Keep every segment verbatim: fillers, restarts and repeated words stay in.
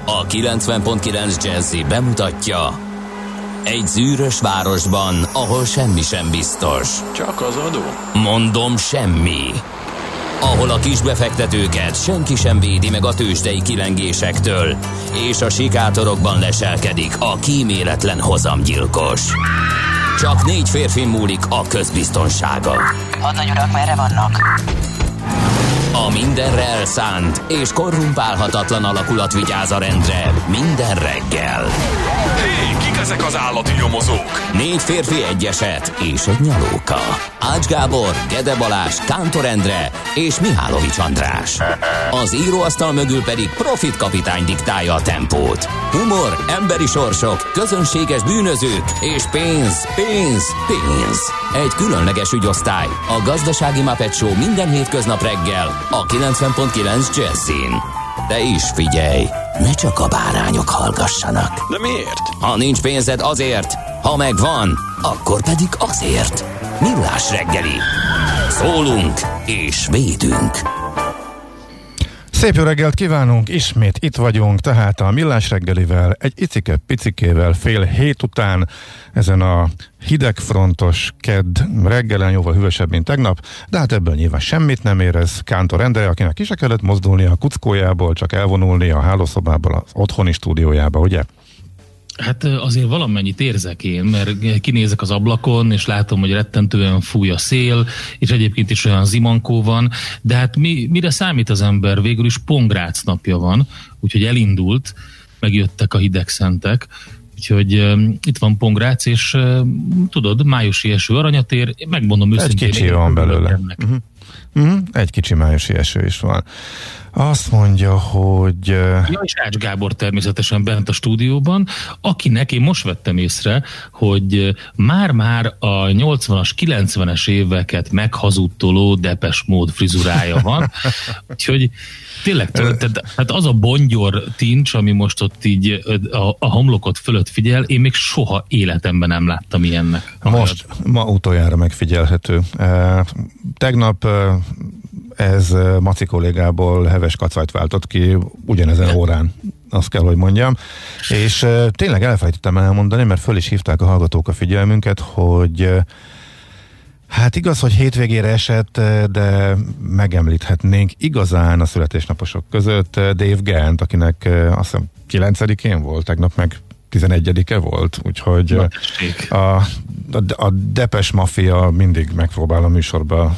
A kilencven pont kilenc Jazzy bemutatja: egy zűrös városban, ahol semmi sem biztos. Csak az adó? Mondom, semmi. Ahol a kisbefektetőket senki sem védi meg a tőzsdei kilengésektől, és a sikátorokban leselkedik a kíméletlen hozamgyilkos. Csak négy férfin múlik a közbiztonsága. Hadnagy urak, merre vannak? A mindenre elszánt és korrumpálhatatlan alakulat vigyáz a rendre minden reggel. Hé, kik ezek az állati nyomozók? Négy férfi, egy eset és egy nyalóka. Ács Gábor, Gede Balázs, Kántor Endre és Mihálovics András. Az íróasztal mögül pedig Profit kapitány diktálja a tempót. Humor, emberi sorsok, közönséges bűnözők és pénz, pénz, pénz. Egy különleges ügyosztály, a Gazdasági Muppet Show minden hétköznap reggel a kilencven pont kilenc Jazzin. De is figyelj, ne csak a bárányok hallgassanak. De miért? Ha nincs pénzed, azért, ha megvan, akkor pedig azért. Millás reggeli. Szólunk és védünk. Szép jó reggelt kívánunk, ismét itt vagyunk, tehát a Millás reggelivel, egy icike-picikével fél hét után, ezen a hidegfrontos kedd reggelen, jóval hűvösebb, mint tegnap, de hát ebből nyilván semmit nem érez Kántor Endre, akinek ki se kellett mozdulni a kuckójából, csak elvonulni a hálószobából az otthoni stúdiójába, ugye? Hát azért valamennyit érzek én, mert kinézek az ablakon, és látom, hogy rettentően fúj a szél, és egyébként is olyan zimankó van, de hát mi, mire számít az ember? Végül is Pongrác napja van, úgyhogy elindult, megjöttek a hidegszentek, úgyhogy um, itt van Pongrác, és um, tudod, májusi eső aranyatér, megmondom őszintén. Egy kicsi van belőle. Uh-huh. Uh-huh. Egy kicsi májusi eső is van. Azt mondja, hogy... Ja, és Ács Gábor természetesen bent a stúdióban, akinek én most vettem észre, hogy már-már a nyolcvanas, kilencvenes éveket meghazudtoló Depeche Mode frizurája van. Úgyhogy tényleg, tehát az a bongyor tincs, ami most ott így a, a homlokot fölött figyel, én még soha életemben nem láttam ilyennek. Most, ma utoljára megfigyelhető. Tegnap ez Maci kollégából heves kacajt váltott ki ugyanezen órán, azt kell, hogy mondjam. És uh, tényleg elfelejtettem elmondani, mert föl is hívták a hallgatók a figyelmünket, hogy uh, hát igaz, hogy hétvégére esett, de megemlíthetnénk igazán a születésnaposok között Dave Gant, akinek uh, azt hiszem kilencedikén volt, tegnap meg tizenegyedike volt, úgyhogy a, a, a Depeche Mafia mindig megpróbál a műsorba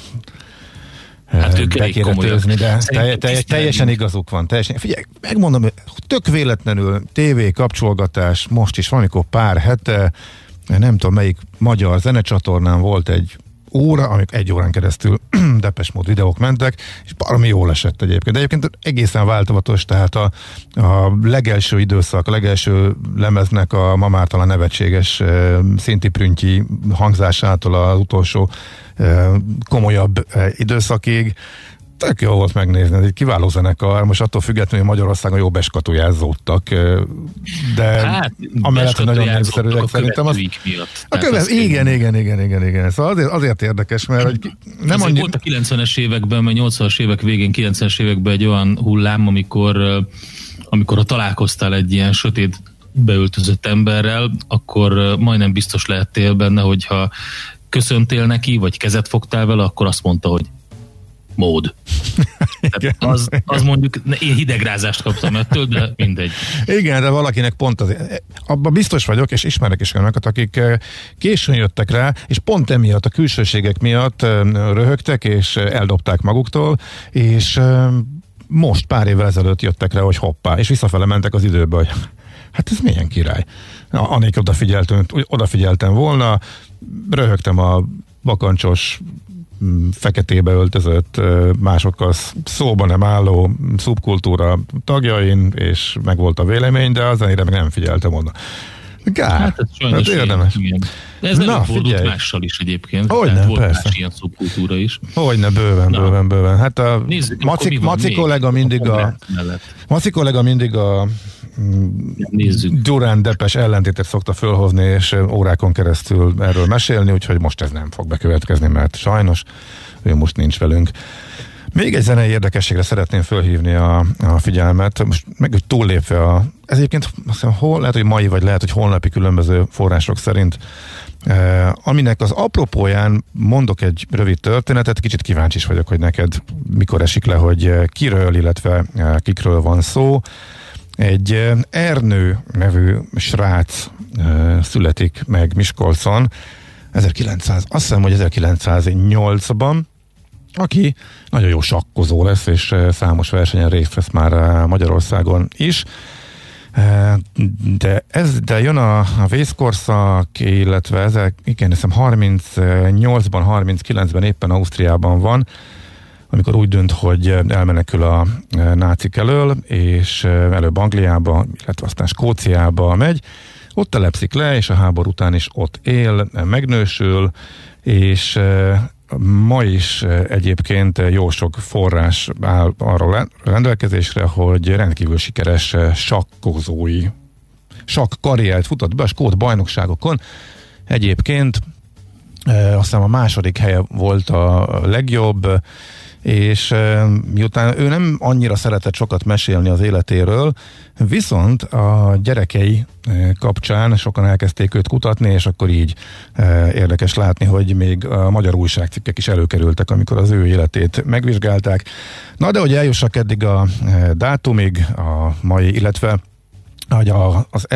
hát bekéretőzni, de telj, telj, teljesen igazuk van. Teljesen, figyelj, megmondom, tök véletlenül tévé kapcsolgatás, most is valamikor pár hete, nem tudom melyik magyar zenecsatornán volt egy óra, amikor egy órán keresztül Depeche Mode videók mentek, és baromi jól esett egyébként. De egyébként egészen változatos, tehát a, a legelső időszak, a legelső lemeznek a ma már talán nevetséges szintiprüntyi hangzásától az utolsó komolyabb időszakig tök jó volt megnézni, ez egy kiváló zenekar, most attól függetlenül Magyarországon jó beskatujázódtak, de hát, amellett, hogy nagyon népszerűek szerintem az... A követ, igen, igen, igen, igen, igen. Szóval azért, azért érdekes, mert hogy nem annyi... Volt a kilencvenes években, vagy nyolcvanas évek végén, kilencvenes években egy olyan hullám, amikor, amikor ha találkoztál egy ilyen sötét beöltözött emberrel, akkor majdnem biztos lehettél benne, hogyha köszöntél neki, vagy kezet fogtál vele, akkor azt mondta, hogy mód. Tehát az, az mondjuk, én hidegrázást kaptam ettől, de mindegy. Igen, de valakinek pont az, abban biztos vagyok, és ismerek is önöket, akik későn jöttek rá, és pont emiatt, a külsőségek miatt röhögtek, és eldobták maguktól, és most pár évvel ezelőtt jöttek rá, hogy hoppá, és visszafele mentek az időbe, hogy hát ez milyen király. Anélkül odafigyeltem, odafigyeltem volna, röhögtem a bakancsos, feketébe öltözött, másokkal szóban nem álló szubkultúra tagjain, és meg volt a vélemény, de az ennyire meg nem figyeltem oda. Gár, hát ez sajnos hát érdemes. Ilyen, de ez nem fordult mással is egyébként. Hogyne, volt persze. Más ilyen szubkultúra is. Hogyne, bőven, Na. bőven, bőven. Hát a Nézzük, Maci, Maci kollega mindig a, a Maci kollega mindig a Nézzük. Durán Depeche ellentétet szokta fölhozni, és órákon keresztül erről mesélni, úgyhogy most ez nem fog bekövetkezni, mert sajnos ő most nincs velünk. Még egy zenei érdekességre szeretném fölhívni a, a figyelmet, most meg hogy túllépve a, ez egyébként azt hiszem, hol, lehet, hogy mai, vagy lehet, hogy holnapi különböző források szerint, eh, aminek az apropóján mondok egy rövid történetet, kicsit kíváncsi is vagyok, hogy neked mikor esik le, hogy kiről, illetve eh, kikről van szó. Egy eh, Ernő nevű srác eh, születik meg Miskolcon, ezerkilencszáz, azt hiszem, hogy ezerkilencszáznyolcban, aki nagyon jó sakkozó lesz, és számos versenyen részt vesz már Magyarországon is. De, ez, de jön a, a vészkorszak, illetve ezek, igen, hiszem harmincnyolcban, harminckilencben éppen Ausztriában van, amikor úgy dönt, hogy elmenekül a nácik elől, és előbb Angliába, illetve aztán Skóciába megy. Ott telepszik le, és a háború után is ott él, megnősül, és ma is egyébként jó sok forrás áll arról rendelkezésre, hogy rendkívül sikeres sakkozói sakk karriert futott be a skót bajnokságokon. Egyébként azt hiszem a második helye volt a legjobb, és miután ő nem annyira szeretett sokat mesélni az életéről, viszont a gyerekei kapcsán sokan elkezdték őt kutatni, és akkor így érdekes látni, hogy még a magyar újságcikkek is előkerültek, amikor az ő életét megvizsgálták. Na, de hogy eljussak eddig a dátumig, a mai, illetve hogy az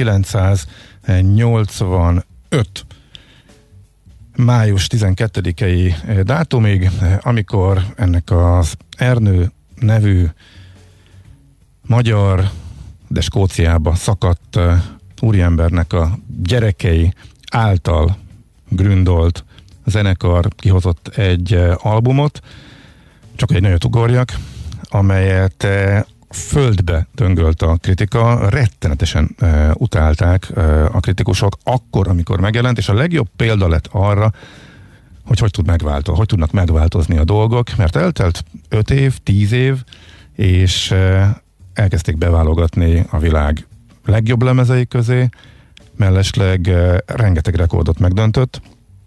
ezerkilencszáznyolcvanöt május tizenkettedikei dátumig, amikor ennek az Ernő nevű magyar, de Skóciába szakadt úriembernek a gyerekei által gründolt zenekar kihozott egy albumot, csak egy nagyot ugorjak, amelyet földbe döngölt a kritika, rettenetesen uh, utálták uh, a kritikusok akkor, amikor megjelent, és a legjobb példa lett arra, hogy hogy, tud megváltozni, hogy tudnak megváltozni a dolgok, mert eltelt öt év, tíz év, és uh, elkezdték beválogatni a világ legjobb lemezei közé, mellesleg uh, rengeteg rekordot megdöntött,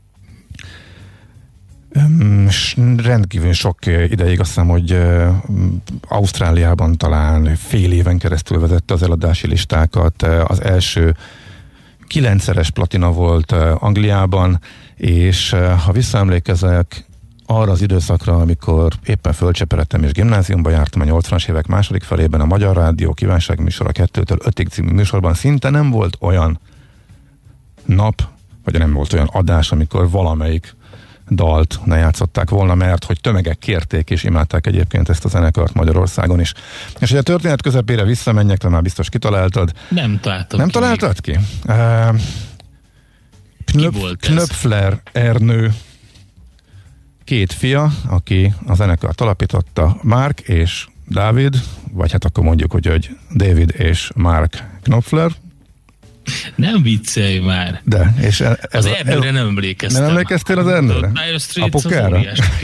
és rendkívül sok ideig, azt hiszem, hogy Ausztráliában talán fél éven keresztül vezette az eladási listákat. Az első kilencszeres platina volt Angliában, és ha visszaemlékezek arra az időszakra, amikor éppen fölcseperedtem és gimnáziumba jártam a nyolcvanas évek második felében, a Magyar Rádió kívánságműsor a kettőtől ötig című műsorban szinte nem volt olyan nap, vagy nem volt olyan adás, amikor valamelyik dalt ne játszották volna, mert hogy tömegek kérték és imádták egyébként ezt a zenekart Magyarországon is. És hogy a történet közepére visszamenjek, te már biztos kitaláltad. Nem találtam. Nem ki találtad ki? Uh, Knöp, ki volt Knöpfler Ernő két fia, aki a zenekart alapította, Mark és Dávid, vagy hát akkor mondjuk, hogy, hogy David és Mark Knöpfler. Nem viccelj már. De, és ez az a, Ernőre ez, nem emlékeztem. Nem emlékeztél az Ernőre? Apukára?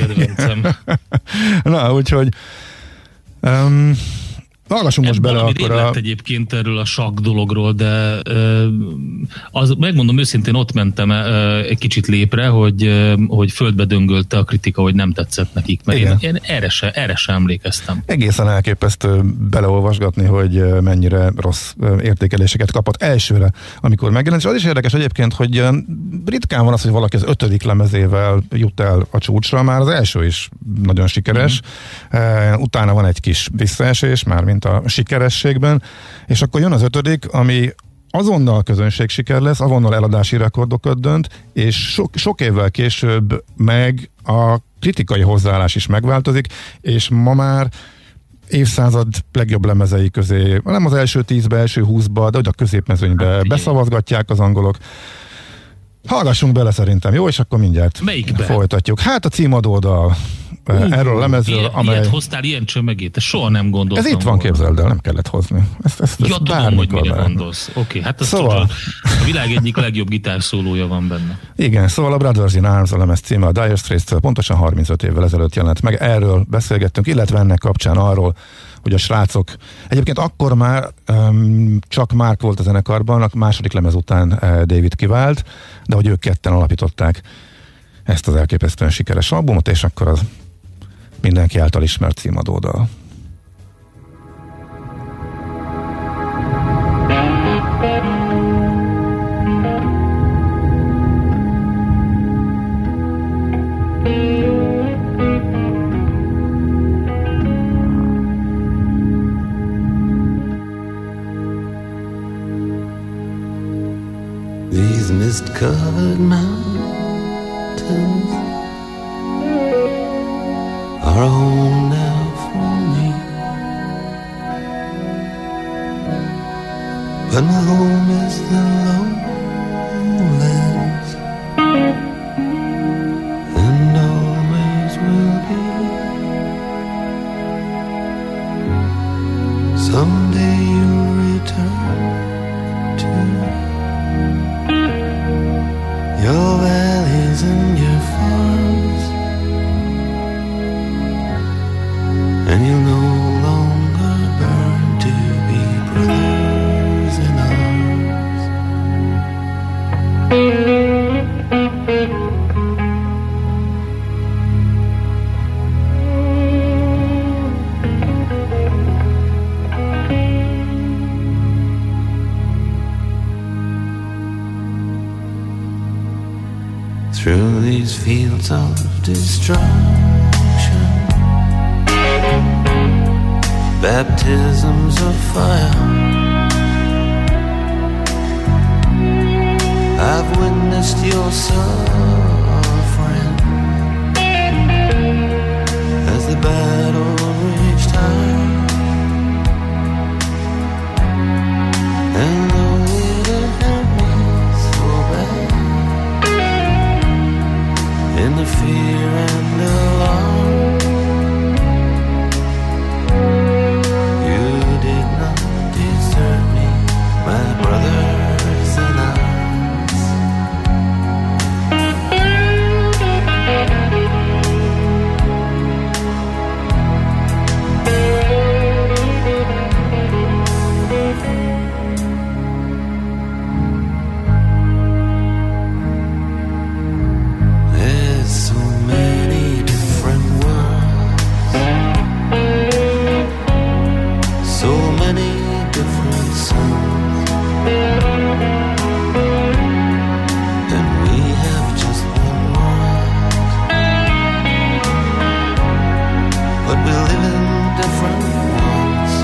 Na, úgyhogy um, hallgassunk most bele akkor a... lett egyébként erről a sakk dologról, de uh, az, megmondom őszintén, ott mentem uh, egy kicsit lépre, hogy, uh, hogy földbe döngölte a kritika, hogy nem tetszett nekik, mert én, én erre se, erre se emlékeztem. Egészen elképesztő beleolvasgatni, hogy mennyire rossz értékeléseket kapott elsőre, amikor megjelent, és az is érdekes egyébként, hogy ritkán van az, hogy valaki az ötödik lemezével jut el a csúcsra, már az első is nagyon sikeres, mm-hmm. uh, utána van egy kis visszaesés, már mint a sikerességben, és akkor jön az ötödik, ami azonnal közönség siker lesz, azonnal eladási rekordokat dönt, és sok, sok évvel később meg a kritikai hozzáállás is megváltozik, és ma már évszázad legjobb lemezei közé, nem az első tízbe, első húszba, de hogy a középmezőnybe hát, beszavazgatják az angolok. Hallgassunk bele szerintem, jó? És akkor mindjárt Melyikbe? Folytatjuk. Hát a címadó oldal. Uh, erről a lemezről, ilyen, amely... Ilyet hoztál, ilyen csömegét, soha nem gondoltam. Ez itt van, képzeld el, nem kellett hozni. Ezt, ezt, ezt ja, tudom, hogy mire gondolsz. Oké, okay, hát szóval... a világ egyik legjobb gitárszólója van benne. Igen, szóval a Brothers in Arms a lemez címe a Dire Straits-től pontosan harmincöt évvel ezelőtt jelent meg. Erről beszélgettünk, illetve ennek kapcsán arról, hogy a srácok, egyébként akkor már um, csak Mark volt a zenekarban, a második lemez után uh, David kivált, de hogy ők ketten alapították ezt az elképesztően sikeres albumot, és akkor az mindenki által ismert címadódal. These mist-covered mountains are home now for me, but my home is the lowlands, and always will be. Someday you'll return to your valleys and your farms, and you'll no longer burn to be brothers in arms. Through these fields of destruction, baptisms of fire, I've witnessed your suffering as the battle reached high, and though it hurt me so bad, in the fear and alarm, you did not desert me, my brothers in arms. There's so many different worlds, so many different suns, and we have just one world, but we live in different ones.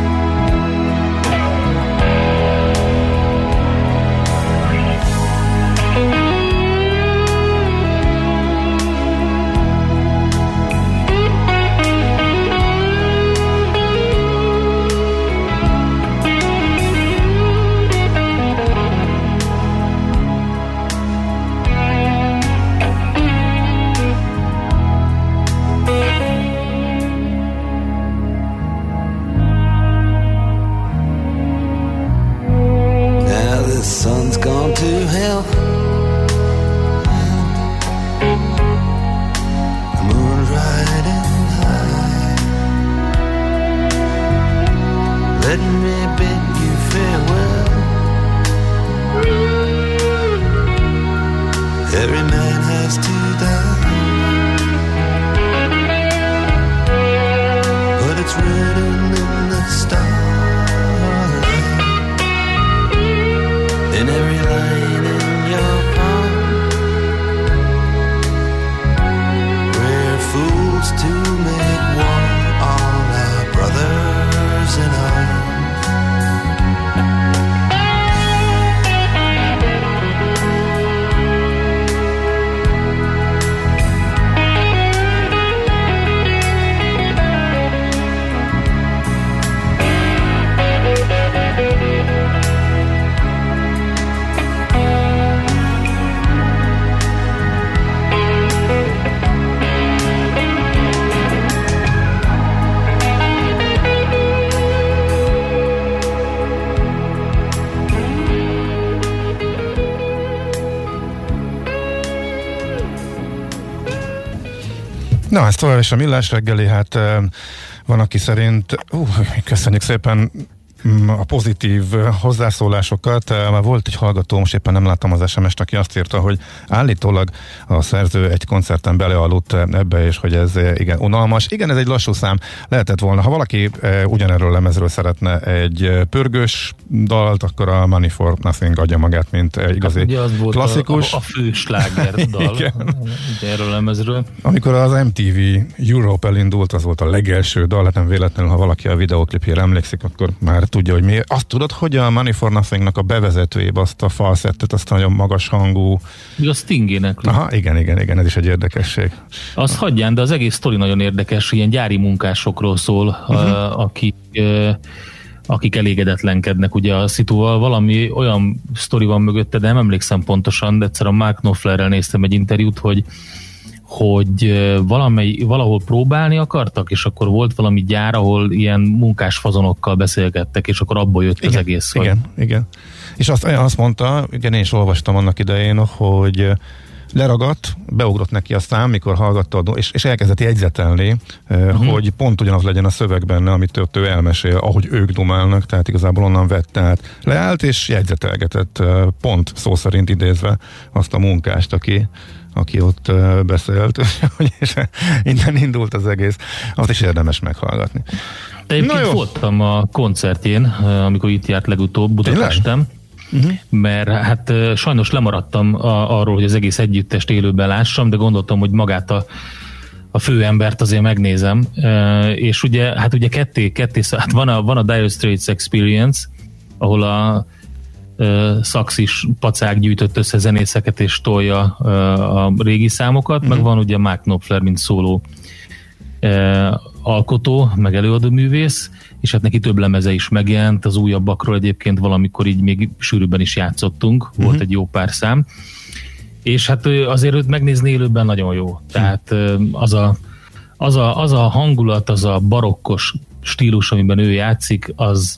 Now the sun's gone to hell, the moon's riding high. Let me bid you farewell. Every man has to die, but it's written in the stars, in every line in your palm. We're fools to make war on our brothers in arms. Na, ez tovább is a Millás reggeli, hát van, aki szerint, uh, köszönjük szépen, a pozitív hozzászólásokat. Már volt egy hallgató, most éppen nem láttam az es em est, aki azt írta, hogy állítólag a szerző egy koncerten belealudt ebbe, és hogy ez igen unalmas. Igen, ez egy lassú szám lehetett volna. Ha valaki ugyanerről lemezről szeretne egy pörgős dalt, akkor a Money for Nothing adja magát, mint igazi hát, ugye az volt klasszikus. A, a fő sláger dal erről a lemezről. Amikor az em té vé Europe elindult, az volt a legelső dal, hát nem véletlenül, ha valaki a videóklipjére emlékszik, akkor már tudja, hogy mi. Azt tudod, hogy a Money for Nothingnak a bevezetőjébe azt a falszettet, azt a nagyon magas hangú... A Stingének. Aha, igen, igen, igen, ez is egy érdekesség. Azt hagyján, de az egész sztori nagyon érdekes, ilyen gyári munkásokról szól, uh-huh. a, akik, a, akik elégedetlenkednek ugye a szituval. Valami olyan sztori van mögötte, de nem emlékszem pontosan, de egyszer a Mark Knopflerrel néztem egy interjút, hogy hogy valamely, valahol próbálni akartak, és akkor volt valami gyár, ahol ilyen munkásfazonokkal beszélgettek, és akkor abból jött igen, az egész. Igen, hogy... igen. És azt, azt mondta, igen, én is olvastam annak idején, hogy leragadt, beugrott neki a szám, mikor hallgatta, és, és elkezdett jegyzetelni, uh-huh. hogy pont ugyanaz legyen a szöveg benne, amit ő, ő elmesél, ahogy ők dumálnak, tehát igazából onnan vett át. Leállt és jegyzetelgetett, pont szó szerint idézve azt a munkást, aki aki ott uh, beszélt, és innen indult az egész. Azt is érdemes meghallgatni. De egyébként voltam a koncertjén, amikor itt járt legutóbb Budapesten, uh-huh. mert hát uh, sajnos lemaradtam a, arról, hogy az egész együttest élőben lássam, de gondoltam, hogy magát a a főembert azért megnézem, uh, és ugye, hát ugye ketté, ketté, hát van a, van a Dire Straits Experience, ahol a szaxis pacák gyűjtött össze zenészeket és tolja a régi számokat, mm-hmm. meg van ugye Mark Knopfler, mint szóló alkotó, meg előadóművész, és hát neki több lemeze is megjelent, az újabbakról egyébként valamikor így még sűrűbben is játszottunk, mm-hmm. volt egy jó pár szám, és hát azért őt megnézni élőben nagyon jó, tehát az a, az a, az a hangulat, az a barokkos stílus, amiben ő játszik, az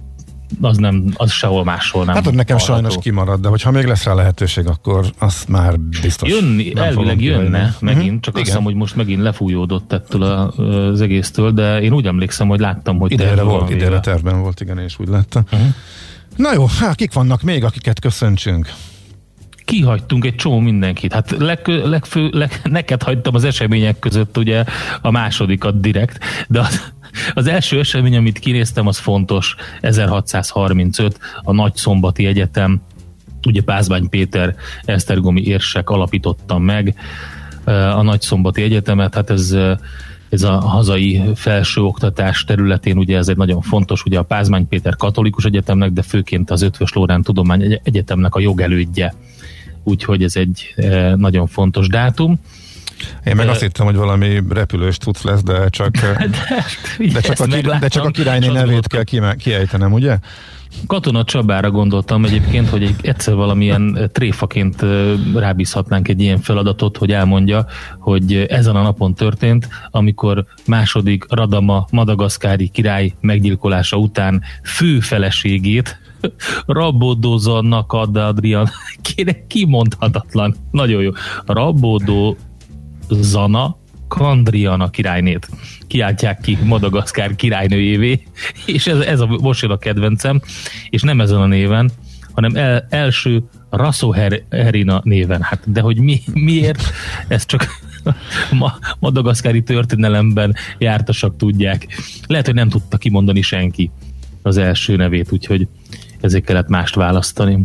az nem, az sehol máshol nem. Hát ott nekem hallható. Sajnos kimarad, de hogyha még lesz rá lehetőség, akkor azt már biztos. Jönni, elvileg jönne megint, uh-huh. csak azt hiszem, hogy most megint lefújódott ettől az egésztől, de én úgy emlékszem, hogy láttam, hogy idejére volt, idejére tervben volt, igen, és úgy láttam. Uh-huh. Na jó, hát kik vannak még, akiket köszöntsünk? Kihagytunk egy csomó mindenkit. Hát leg, legfő, leg, neked hagytam az események között ugye a másodikat direkt, de az Az első esemény, amit kinéztem, az fontos, ezerhatszázharmincöt, a Nagyszombati Egyetem, ugye Pázmány Péter esztergomi érsek alapította meg a Nagyszombati Egyetemet, hát ez, ez a hazai felsőoktatás területén ugye ez egy nagyon fontos, ugye a Pázmány Péter katolikus egyetemnek, de főként az Eötvös Loránd Tudomány Egyetemnek a jogelődje, úgyhogy ez egy nagyon fontos dátum. Én meg azt hittem, hogy valami repülős cucc lesz, de csak, de, de csak, a, király, de csak a királyné nevét kell kiejtenem, ugye? Katona Csabára gondoltam egyébként, hogy egy, egyszer valamilyen tréfaként rábízhatnánk egy ilyen feladatot, hogy elmondja, hogy ezen a napon történt, amikor második Radama madagaszkári király meggyilkolása után fő feleségét, Rabódó Adrián, kimondhatatlan, nagyon jó, Rabódó Zana Kandriana királynét kiáltják ki Madagaszkár királynőjévé, és ez, ez a most jön a kedvencem, és nem ezen a néven, hanem el, első Rassoherina néven. Hát, de hogy mi, miért? Ez csak ma, madagaszkári történelemben jártasak tudják. Lehet, hogy nem tudta kimondani senki az első nevét, úgyhogy ezért kellett mást választani.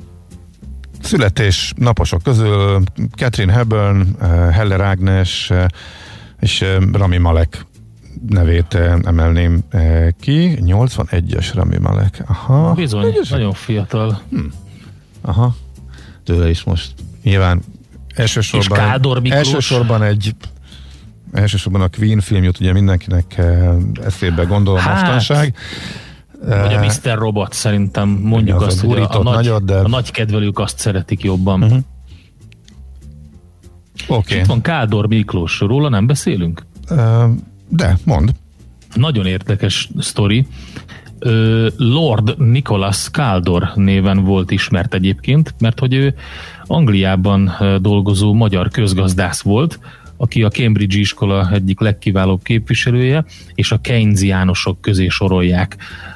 Születés naposok közül Catherine Hepburn, Heller Ágnes és Rami Malek nevét emelném ki. nyolcvanegyes Rami Malek. Aha. Bizony, Egyes? Nagyon fiatal. Hm. Aha. Tőle is most nyilván elsősorban, és Kádor Miklós. Elsősorban egy elsősorban a Queen film jut ugye mindenkinek eszébe, gondolom, hát, mostanság. Vagy a miszter Robot, szerintem mondjuk azt, hogy a, a, nagy, nagyot, de... a nagy kedvelők azt szeretik jobban. Uh-huh. Okay. Itt van Kádor Miklós, róla nem beszélünk? Uh, de, mondd. Nagyon érdekes sztori. Uh, Lord Nicholas Kádor néven volt ismert egyébként, mert hogy ő Angliában dolgozó magyar közgazdász volt, aki a Cambridge iskola egyik legkiválóbb képviselője, és a keynesiánusok közé sorolják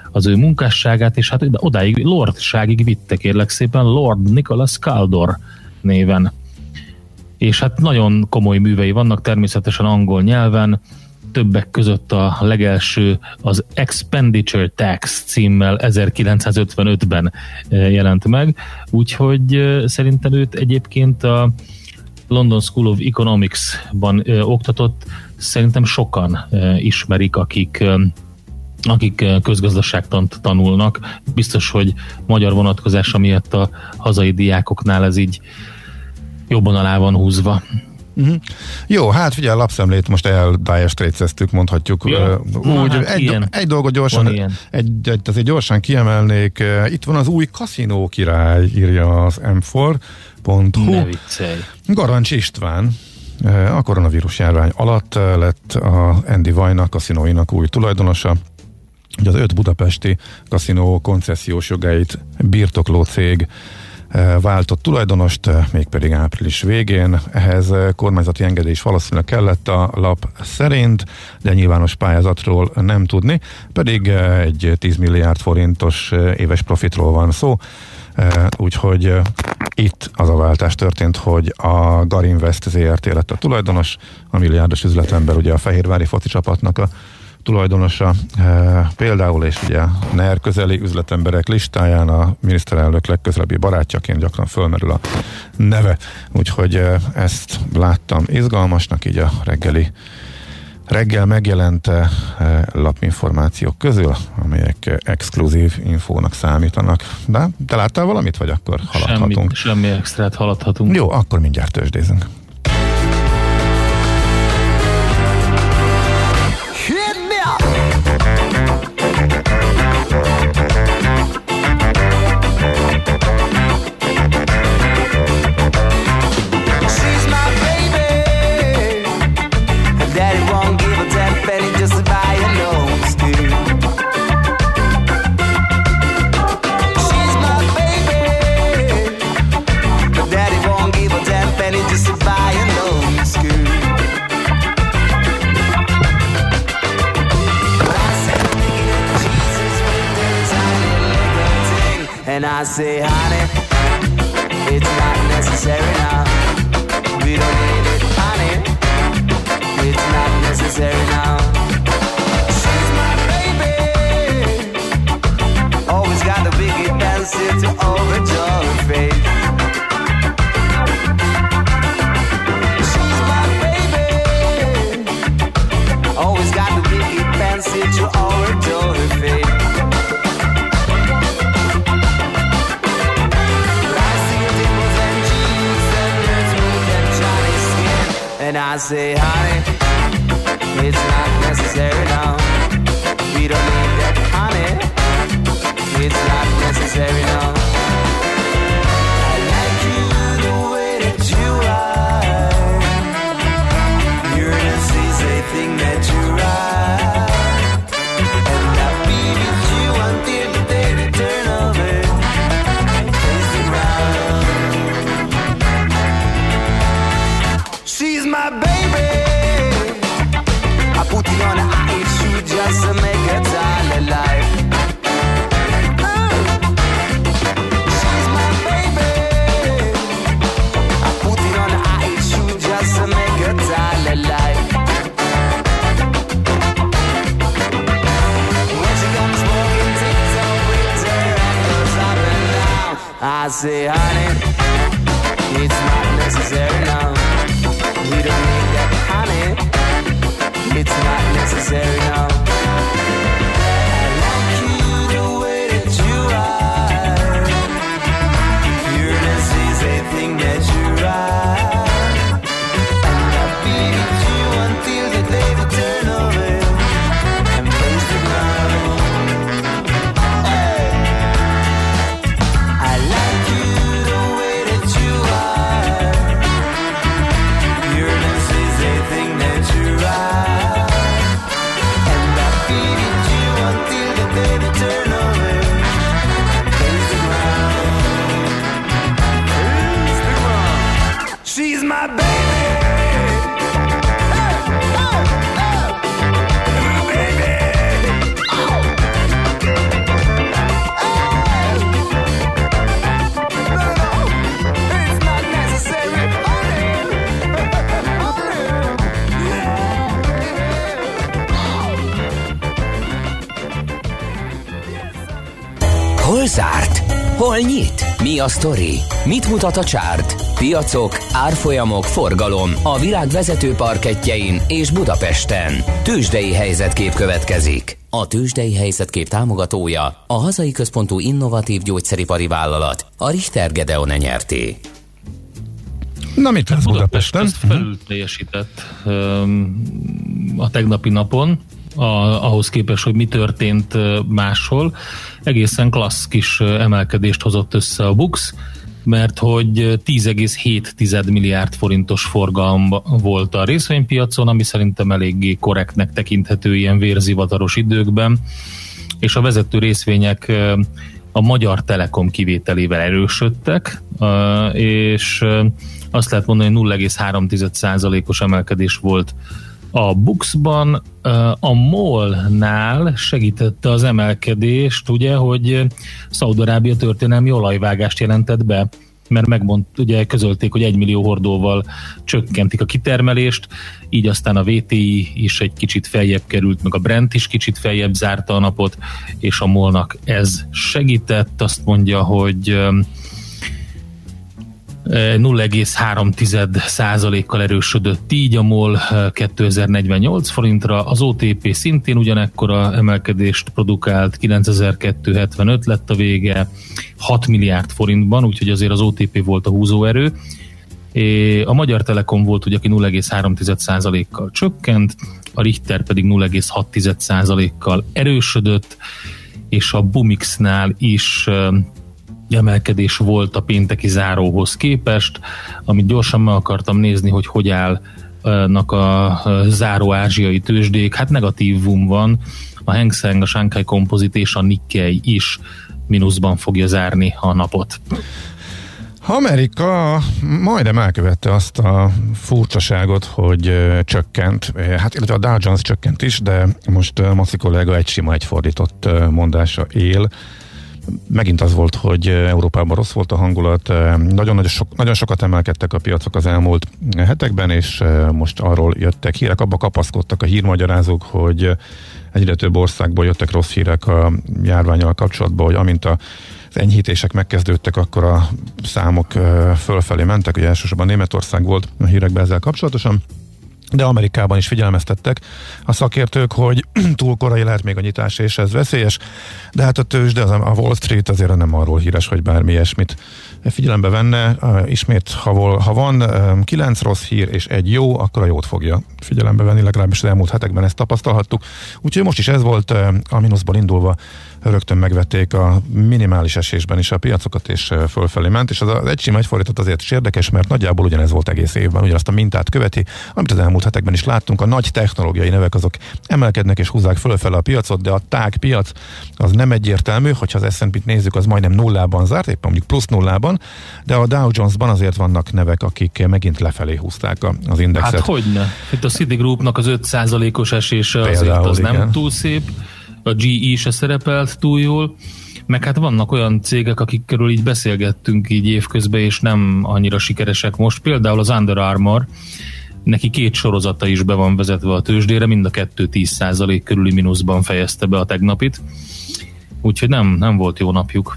az ő munkásságát, és hát odáig lordságig vitte, kérlek szépen, Lord Nicholas Caldor néven. És hát nagyon komoly művei vannak, természetesen angol nyelven, többek között a legelső az Expenditure Tax címmel ezerkilencszázötvenötben jelent meg, úgyhogy szerintem őt egyébként a London School of Economics-ban oktatott, szerintem sokan ismerik, akik akik közgazdaságtant tanulnak. Biztos, hogy magyar vonatkozása miatt a hazai diákoknál ez így jobban alá van húzva. Uh-huh. Jó, hát figyelj, a lapszemlét most eldajestréceztük, mondhatjuk. Jó. Uh, Na, úgy, hát egy, ilyen. egy dolgot gyorsan, egy, egy, azért gyorsan kiemelnék. Itt van az új kaszinó király, írja az em négy pont hú. Ne viccelj. Garancs István a koronavírus járvány alatt lett a Andy Vajnak, kaszinóinak új tulajdonosa. Ugye az öt budapesti kaszinó koncesziós jogait birtokló cég váltott tulajdonost, mégpedig április végén. Ehhez kormányzati engedély is valószínűleg kellett a lap szerint, de nyilvános pályázatról nem tudni, pedig egy tíz milliárd forintos éves profitról van szó, úgyhogy itt az a váltás történt, hogy a Garinvest zé er té lett a tulajdonos, a milliárdos üzletember ugye a fehérvári foci csapatnak a tulajdonosa e, például, és ugye a NER közeli üzletemberek listáján a miniszterelnök legközelebbi barátjaként gyakran fölmerül a neve, úgyhogy e, ezt láttam izgalmasnak így a reggeli reggel megjelent e, lapinformációk közül, amelyek exkluzív infónak számítanak. De te láttál valamit, vagy akkor haladhatunk? Semmi, semmi extrát haladhatunk. Jó, akkor mindjárt tőzsdézünk. And I say, honey, it's not necessary now. We don't need it, honey. It's not necessary now. She's my baby. Always got the big dancing to overjoy her face. She's my baby. Always got the big dancing to overjoy her face. And I say, honey, it's not necessary now. We don't need that, honey. It's not necessary now. I like you the way that you are. You're the easy thing that you are. And I'll be with you until the day they turn over and face the ground. She's my baby. I put it on an ice shoe just to make her all alive. She's my baby. I put it on an ice shoe just to make her all alive. When she comes walking tiptoe with her ankles up and down, I say, honey, it's not necessary now. We don't need that, honey. It's not necessary now. I like you the way that you are. You're the easy thing that you are. And I'll be with you until the day we turn over and face the ground. Hey. I like you the way that you are. You're the easy thing that you are. And I feel Hol zárt? Hol nyit? Mi a sztori? Mit mutat a csárt? Piacok, árfolyamok, forgalom a világ vezető parkettjein és Budapesten. Tőzsdei helyzetkép következik. A Tőzsdei helyzetkép támogatója a hazai központú innovatív gyógyszeripari vállalat, a Richter Gedeon nyerté. Na mit lesz Budapesten? Budapest felül teljesített a tegnapi napon, a, ahhoz képest, hogy mi történt máshol. Egészen klassz kis emelkedést hozott össze a BUX, mert hogy tíz egész hét milliárd forintos forgalom volt a részvénypiacon, ami szerintem eléggé korrektnek tekinthető ilyen vérzivataros időkben, és a vezető részvények a Magyar Telekom kivételével erősödtek, és azt lehet mondani, hogy nulla egész három százalékos emelkedés volt a BUX-ban. A MOL-nál segítette az emelkedést, ugye, hogy Szaúd-Arábia történelmi olajvágást jelentett be, mert megmond, ugye közölték, hogy egy millió hordóval csökkentik a kitermelést, így aztán a vé té i is egy kicsit feljebb került, meg a Brent is kicsit feljebb zárta a napot, és a MOL-nak ez segített. Azt mondja, hogy nulla egész három százalékkal erősödött így a MOL kétezer-negyvennyolc forintra, az o té pé szintén ugyanekkora emelkedést produkált, kilencezer-kétszázhetvenöt lett a vége, hat milliárd forintban, úgyhogy azért az o té pé volt a húzóerő. A Magyar Telekom volt ugye, aki nulla egész három százalékkal csökkent, a Richter pedig nulla egész hat százalékkal erősödött, és a Bumix-nál is emelkedés volt a pénteki záróhoz képest, amit gyorsan meg akartam nézni, hogy hogy állnak a záró ázsiai tőzsdék. Hát negatívum van, a Hang Seng, a Shanghai Composite és a Nikkei is mínuszban fogja zárni a napot. Amerika majdnem elkövette azt a furcsaságot, hogy csökkent, hát illetve a Dow Jones csökkent is, de most Maci kolléga egy sima, egy fordított mondása él. Megint az volt, hogy Európában rossz volt a hangulat, nagyon, nagyon, sok, nagyon sokat emelkedtek a piacok az elmúlt hetekben, és most arról jöttek hírek, abba kapaszkodtak a hírmagyarázók, hogy egyre több országból jöttek rossz hírek a járvánnyal kapcsolatban, hogy amint a az enyhítések megkezdődtek, akkor a számok fölfelé mentek, ugye elsősorban Németország volt a hírekben ezzel kapcsolatosan, de Amerikában is figyelmeztettek a szakértők, hogy túl korai lehet még a nyitás, és ez veszélyes, de hát a tőzsde, a Wall Street azért nem arról híres, hogy bármi ilyesmit figyelembe venne. Ismét, ha, vol, ha van kilenc rossz hír és egy jó, akkor a jót fogja figyelembe venni, legalábbis az elmúlt hetekben ezt tapasztalhattuk. Úgyhogy most is ez volt, a mínuszból indulva rögtön megvették a minimális esésben is a piacokat, és fölfelé ment, és az, az egy sima egy fordított azért is érdekes, mert nagyjából ugyanez volt egész évben, ugyanazt a mintát követi, amit az elmúlt hetekben is láttunk. A nagy technológiai nevek azok emelkednek és húzzák fölfele a piacot, de a tág piac az nem egyértelmű, hogyha az es and pét nézzük, az majdnem nullában zárt, éppen mondjuk plusz nullában, de a Dow Jonesban azért vannak nevek, akik megint lefelé húzták az indexet. Hát hogyne. Itt a Citigroupnak az öt százalékos esése azért az igen. Nem túl szép. A gé é se szerepelt túl jól, meg hát vannak olyan cégek, akikről így beszélgettünk így évközben, és nem annyira sikeresek most. Például az Under Armour, neki két sorozata is be van vezetve a tőzsdére, mind a kettő tíz százalék körüli mínuszban fejezte be a tegnapit. Úgyhogy nem, nem volt jó napjuk.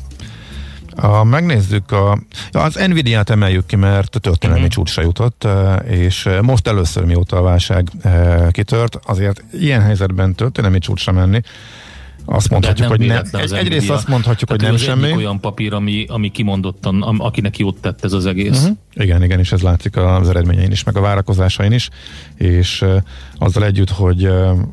Ha megnézzük, a, az Nvidia-t emeljük ki, mert a történelmi uh-huh. csúcsra jutott, és most először, mióta a válság kitört, azért ilyen helyzetben történelmi csúcsra menni, azt mondhatjuk, hogy nem. Egy, egyrészt azt mondhatjuk, tehát hogy nem semmi. Tehát olyan papír, ami, ami kimondottan, akinek jót tett ez az egész. Uh-huh. Igen, igen, és ez látszik az eredményein is, meg a várakozásain is, és azzal együtt, hogy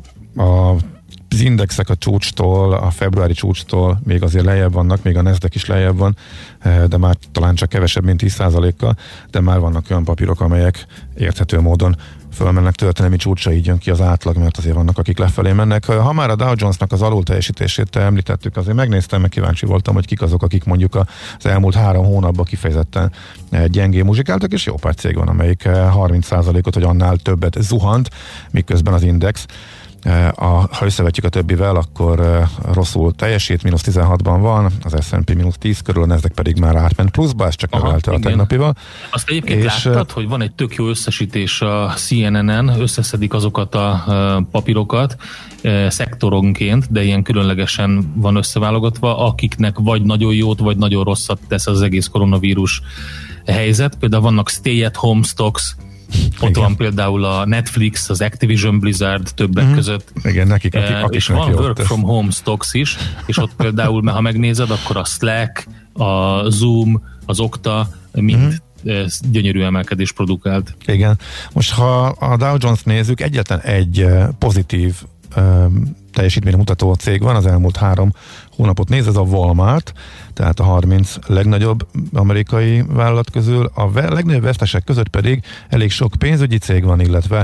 a az indexek a csúcstól, a februári csúcstól még azért lejjebb vannak, még a Nasdaq is lejjebb van, de már talán csak kevesebb, mint tíz százalékkal, de már vannak olyan papírok, amelyek érthető módon fölmennek történelmi csúcsra, így jön ki az átlag, mert azért vannak, akik lefelé mennek. Ha már a Dow Jonesnak az alul teljesítését említettük, azért megnéztem, meg kíváncsi voltam, hogy kik azok, akik mondjuk az elmúlt három hónapban kifejezetten gyengén muzsikáltak, és jó pár cég van, amelyik harminc százalékot vagy annál többet zuhant, miközben az index A, ha összevetjük a többivel, akkor rosszul teljesít, mínusz tizenhatban van, az es and pé mínusz tíz körül, a Nasdaq pedig már átment pluszba, ez csak növelte a tegnapival. Azt egyébként és láttad, hogy van egy tök jó összesítés a C N N-en, összeszedik azokat a papírokat szektoronként, de ilyen különlegesen van összeválogatva, akiknek vagy nagyon jót, vagy nagyon rosszat tesz az egész koronavírus helyzet. Például vannak stay at home stocks, ott igen. Van például a Netflix, az Activision Blizzard többek mm. között. Igen, nekik, akik, akik és van work tesz. From home stocks is, és ott például, ha megnézed, akkor a Slack, a Zoom, az Okta mind mm. gyönyörű emelkedés produkált. Igen. Most ha a Dow Jones nézzük, egyetlen egy pozitív um, teljesítménymutató cég van az elmúlt három hónapot néz, ez a Walmart, tehát a harminc legnagyobb amerikai vállalat közül, a ve- legnagyobb vesztesek között pedig elég sok pénzügyi cég van, illetve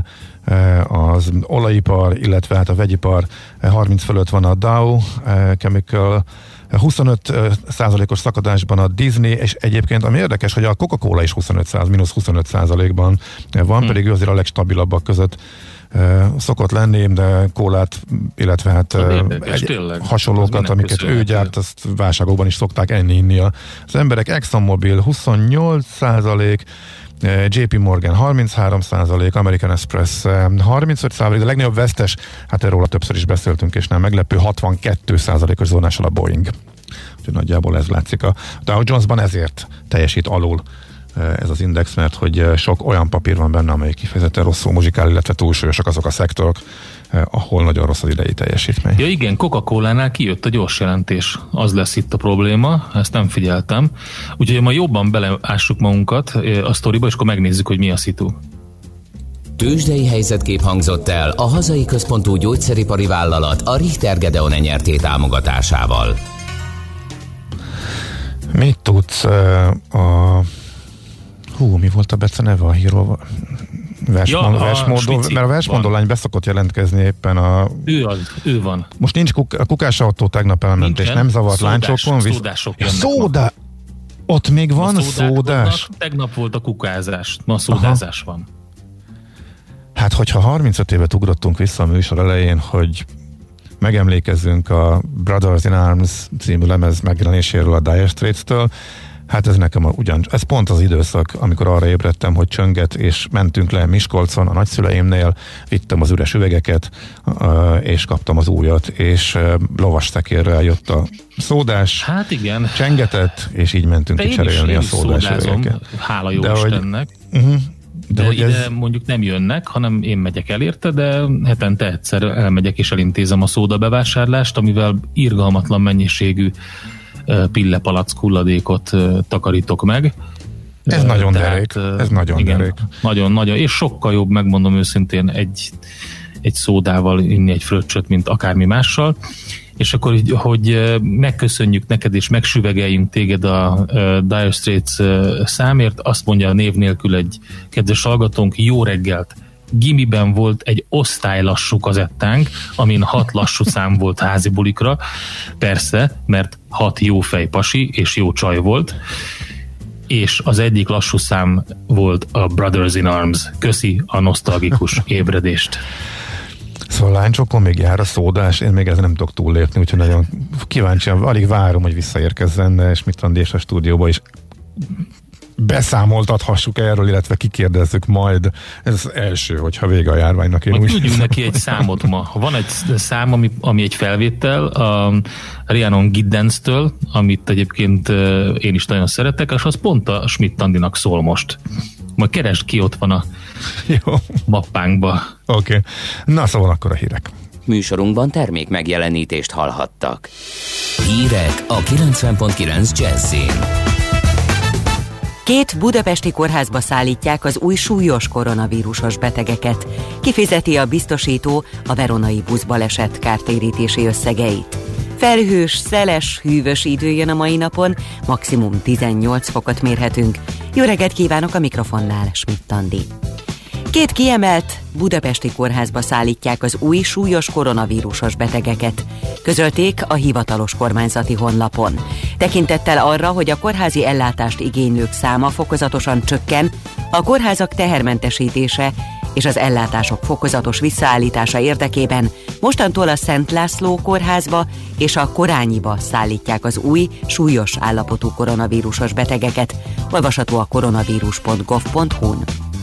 az olajipar, illetve hát a vegyipar harminc fölött van a Dow Chemical, huszonöt százalékos szakadásban a Disney, és egyébként ami érdekes, hogy a Coca-Cola is huszonöt százalék, mínusz huszonöt százalékban van, hmm. pedig ő azért a legstabilabbak között szokott lenni, de kólát, illetve hát érdekes, egy, tényleg, hasonlókat, amiket ő gyárt, azt válságokban is szokták enni inni az emberek. ExxonMobil huszonnyolc százalék, J P Morgan harminchárom százalék, American Express harmincöt százalék, de a legnagyobb vesztes, hát erről többször is beszéltünk, és nem meglepő, hatvankettő százalékos zónással a Boeing. Úgyhogy nagyjából ez látszik a Dow Jonesban, ezért teljesít alul ez az index, mert hogy sok olyan papír van benne, amely kifejezetten rosszul muzsikál, illetve túlsúlyosak azok a szektorok, ahol nagyon rossz az idei teljesítmény. Ja igen, Coca-Colánál kijött a gyors jelentés. Az lesz itt a probléma, ezt nem figyeltem. Úgyhogy ma jobban beleássuk magunkat a sztoriba, és akkor megnézzük, hogy mi a szitu. Tőzsdei helyzetkép hangzott el a hazai központú gyógyszeripari vállalat a Richter Gedeon nyerté támogatásával. Mit tudsz a Hú, mi volt a Bece neve a hírról? Versmond, ja, versmondó, mert a versmondó lány beszokott jelentkezni éppen a... Ő az, ő van. Most nincs kuk, a Kukás autó tegnap elment, és nem zavart láncsokon. Visz... Szódások jönnek. Szóda! Ott még van szódás? Vannak, tegnap volt a kukázás, ma szódázás Aha. van. Hát, hogyha harmincöt évet ugrottunk vissza a műsor elején, hogy megemlékezzünk a Brothers in Arms című lemez megjelenéséről a Dire Straits-től, hát ez nekem a, ugyan, ez pont az időszak, amikor arra ébredtem, hogy csönget, és mentünk le Miskolcon a nagyszüleimnél, vittem az üres üvegeket, és kaptam az újat, és lovas szekérrel jött a szódás, hát igen. Csengetett, és így mentünk ki cserélni a szódás üvegeket. Hála jó Istennek. Uh-huh. De, de ide ez... mondjuk nem jönnek, hanem én megyek el érte, de hetente egyszer elmegyek és elintézem a szóda bevásárlást, amivel irgalmatlan mennyiségű pillepalack hulladékot takarítok meg. Ez uh, nagyon tehát, derék. Ez nagyon igen, derék. Nagyon, nagyon. És sokkal jobb, megmondom őszintén, egy, egy szódával inni egy fröccsöt, mint akármi mással. És akkor, hogy, hogy megköszönjük neked, és megsüvegeljünk téged a Dire Straits számért, azt mondja a név nélkül egy kedves hallgatónk, jó reggelt! Gimiben volt egy osztálylassú kazettánk, amin hat lassú szám volt házi bulikra. Persze, mert hat jó fejpasi és jó csaj volt. És az egyik lassú szám volt a Brothers in Arms. Köszi a nosztalgikus ébredést. Szóval lánycsokon még jár a szódás, én még ezen nem tudok túllépni, úgyhogy nagyon kíváncsian, alig várom, hogy visszaérkezzen, és mit Andi és a stúdióba is beszámoltathassuk erről, illetve kikérdezzük majd. Ez az első, hogyha vége a járványnak. Én úgy küldjünk neki egy számot ma. Van egy szám, ami, ami egy felvétel a Rhiannon Giddens-től, amit egyébként én is nagyon szeretek, és az pont a Schmidt Andinak szól most. Majd keresd ki, ott van a Jó. mappánkba. Oké. Okay. Na szóval akkor a hírek. Műsorunkban termék megjelenítést hallhattak. Hírek a kilencven pont kilenc Jazzin. Két budapesti kórházba szállítják az új súlyos koronavírusos betegeket. Kifizeti a biztosító a veronai buszbaleset kártérítési összegeit. Felhős, szeles, hűvös idő jön a mai napon, maximum tizennyolc fokot mérhetünk. Jó reggelt kívánok, a mikrofonnál Schmidt Andi. Két kiemelt budapesti kórházba szállítják az új súlyos koronavírusos betegeket, közölték a hivatalos kormányzati honlapon. Tekintettel arra, hogy a kórházi ellátást igénylők száma fokozatosan csökken, a kórházak tehermentesítése és az ellátások fokozatos visszaállítása érdekében mostantól a Szent László kórházba és a Korányiba szállítják az új, súlyos állapotú koronavírusos betegeket. Olvasható a koronavírus pont gov pont hu-n.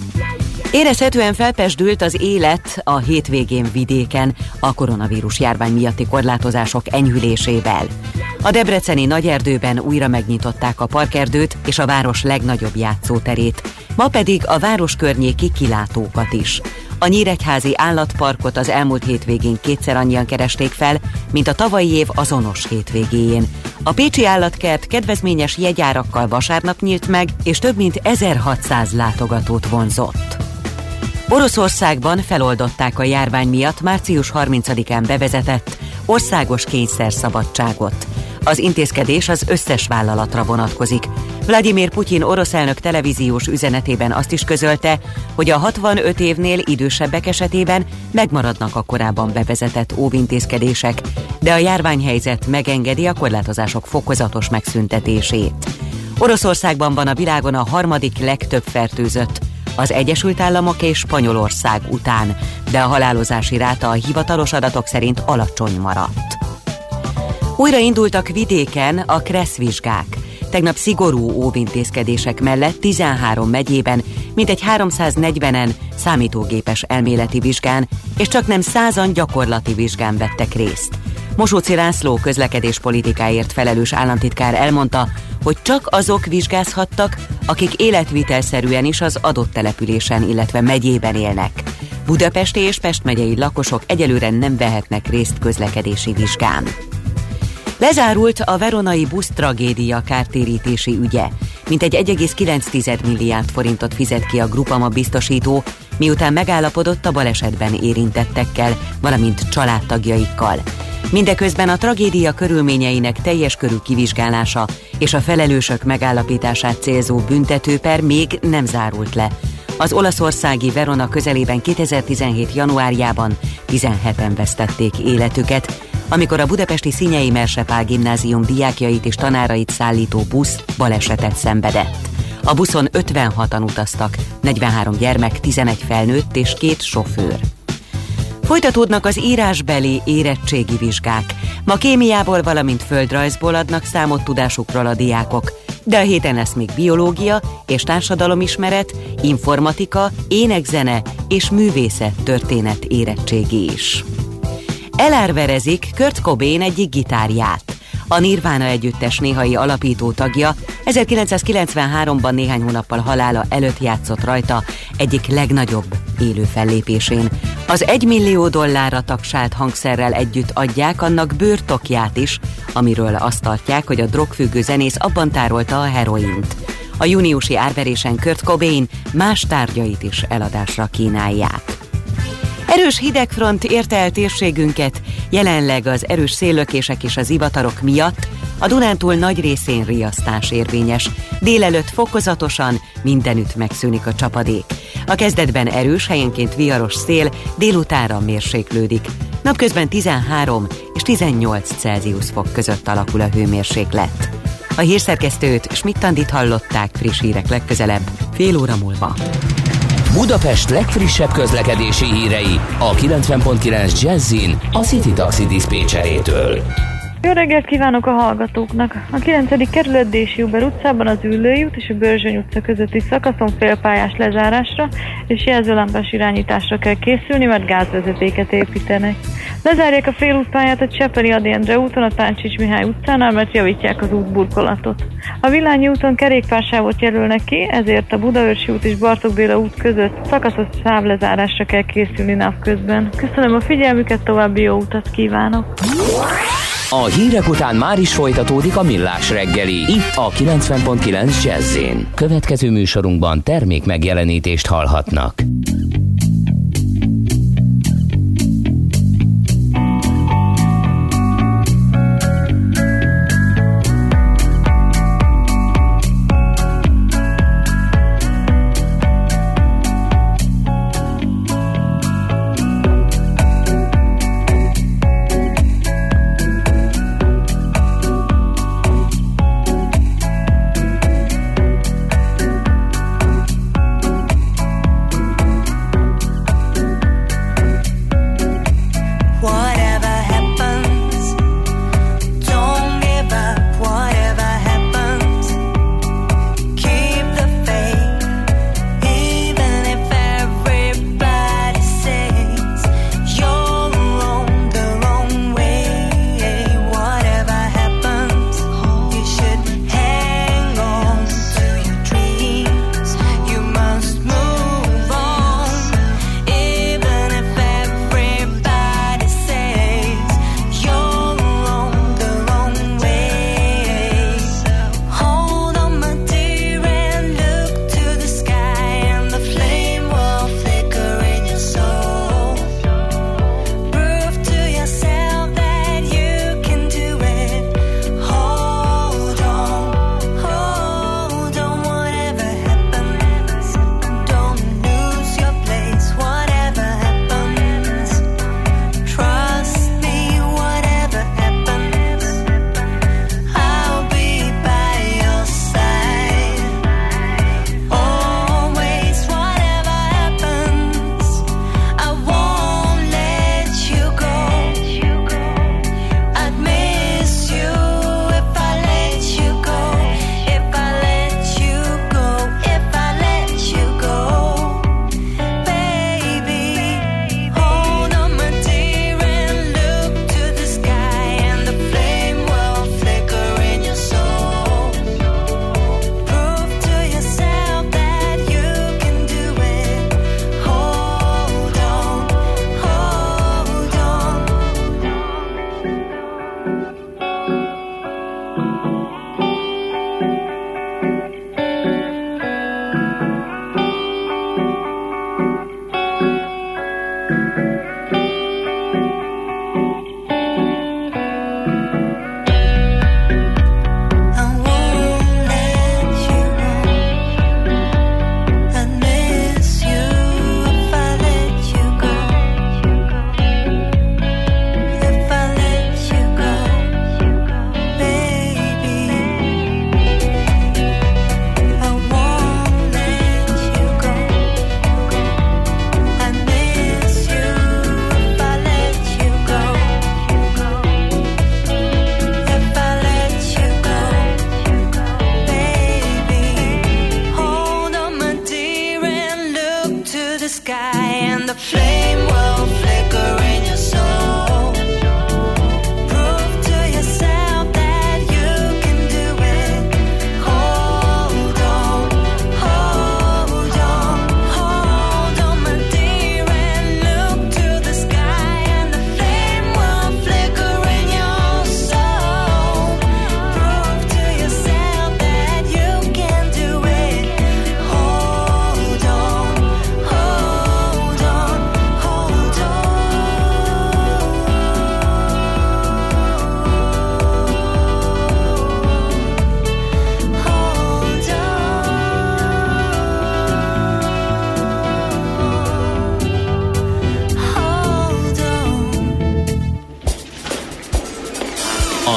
Érezhetően felpesdült az élet a hétvégén vidéken a koronavírus járvány miatti korlátozások enyhülésével. A debreceni Nagyerdőben újra megnyitották a parkerdőt és a város legnagyobb játszóterét, ma pedig a város környéki kilátókat is. A Nyíregyházi állatparkot az elmúlt hétvégén kétszer annyian keresték fel, mint a tavalyi év azonos hétvégéjén. A pécsi állatkert kedvezményes jegyárakkal vasárnap nyílt meg, és több mint ezerhatszáz látogatót vonzott. Oroszországban feloldották a járvány miatt március harmincadikán bevezetett országos kényszerszabadságot. Az intézkedés az összes vállalatra vonatkozik. Vladimir Putyin orosz elnök televíziós üzenetében azt is közölte, hogy a hatvanöt évnél idősebbek esetében megmaradnak a korábban bevezetett óvintézkedések, de a járványhelyzet megengedi a korlátozások fokozatos megszüntetését. Oroszországban van a világon a harmadik legtöbb fertőzött, az Egyesült Államok és Spanyolország után, de a halálozási ráta a hivatalos adatok szerint alacsony maradt. Újra indultak vidéken a kresszvizsgák. Tegnap szigorú óvintézkedések mellett tizenhárom megyében mintegy háromszáznegyvenen számítógépes elméleti vizsgán és csaknem százan gyakorlati vizsgán vettek részt. Mosóczy László közlekedéspolitikáért felelős államtitkár elmondta, hogy csak azok vizsgázhattak, akik életvitelszerűen is az adott településen, illetve megyében élnek. Budapesti és Pest megyei lakosok egyelőre nem vehetnek részt közlekedési vizsgán. Lezárult a veronai busz tragédia kártérítési ügye. Mintegy egy egész kilenc milliárd forintot fizet ki a Grupama biztosító, miután megállapodott a balesetben érintettekkel, valamint családtagjaikkal. Mindeközben a tragédia körülményeinek teljes körű kivizsgálása és a felelősök megállapítását célzó büntetőper még nem zárult le. Az olaszországi Verona közelében kétezer-tizenhét januárjában tizenheten vesztették életüket, amikor a budapesti Szinyei Mersepál gimnázium diákjait és tanárait szállító busz balesetet szenvedett. A buszon ötvenhatan utaztak, negyvenhárom gyermek, tizenegy felnőtt és két sofőr. Folytatódnak az írásbeli érettségi vizsgák. Ma kémiából, valamint földrajzból adnak számot tudásukról a diákok, de a héten lesz még biológia és társadalomismeret, informatika, énekzene és művészet történet érettségi is. Elárverezik Kurt Cobain egyik gitárját. A Nirvana együttes néhai alapító tagja ezerkilencszázkilencvenháromban néhány hónappal halála előtt játszott rajta egyik legnagyobb élő fellépésén. Az egymillió dollárra tagsált hangszerrel együtt adják annak bőrtokját is, amiről azt tartják, hogy a drogfüggő zenész abban tárolta a heroint. A júniusi árverésen Kurt Cobain más tárgyait is eladásra kínálják. Erős hidegfront érte el térségünket, jelenleg az erős széllökések és az zivatarok miatt a Dunántúl nagy részén riasztás érvényes. Délelőtt fokozatosan mindenütt megszűnik a csapadék. A kezdetben erős, helyenként viharos szél, délutánra mérséklődik. Napközben tizenhárom és tizennyolc Celsius fok között alakul a hőmérséklet. A hírszerkesztőt, Schmidt-Andit hallották, friss hírek legközelebb, fél óra múlva. Budapest legfrissebb közlekedési hírei a kilencven pont kilenc Jazzin a City Taxi diszpécserétől. Jó reggelt kívánok a hallgatóknak! A kilencedik kerület Dési Huber utcában az Üllői út és a Börzsöny utca közötti szakaszon félpályás lezárásra és jelzőlámpás irányításra kell készülni, mert gázvezetéket építenek. Lezárják a félútpályát a Csepeli Ady Endre úton a Táncsics Mihály utcánál, mert javítják az útburkolatot. A Villányi úton kerékpársávot jelölnek ki, ezért a Budaörsi út és Bartók Béla út között szakaszos sávlezárásra kell készülni napközben. Köszönöm a figyelmüket, további jó utat kívánok! A hírek után már is folytatódik a Millás reggeli, itt a kilencven pont kilenc Jazz-én. Következő műsorunkban termék megjelenítést hallhatnak.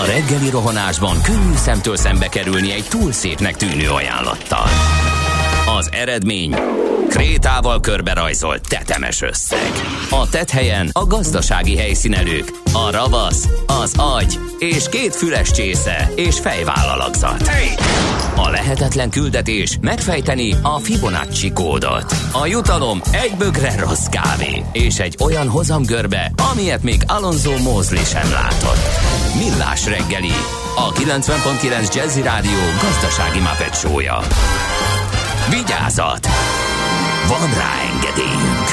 reggeli rohanásban könnyű szemtől szembe kerülni egy túl szépnek tűnő ajánlattal. Az eredmény krétával körberajzolt tetemes összeg. A tetthelyen a gazdasági helyszínelők, a ravasz, az agy és két füles csésze és fejvállalakzat. A lehetetlen küldetés megfejteni a Fibonacci kódot. A jutalom egy bögre rossz kávé és egy olyan hozamgörbe, amilyet még Alonso Mosley sem látott. Millás reggeli, a kilencven pont kilenc Jazzy Rádió gazdasági Muppet show-ja. Vigyázat! Van rá engedélyünk!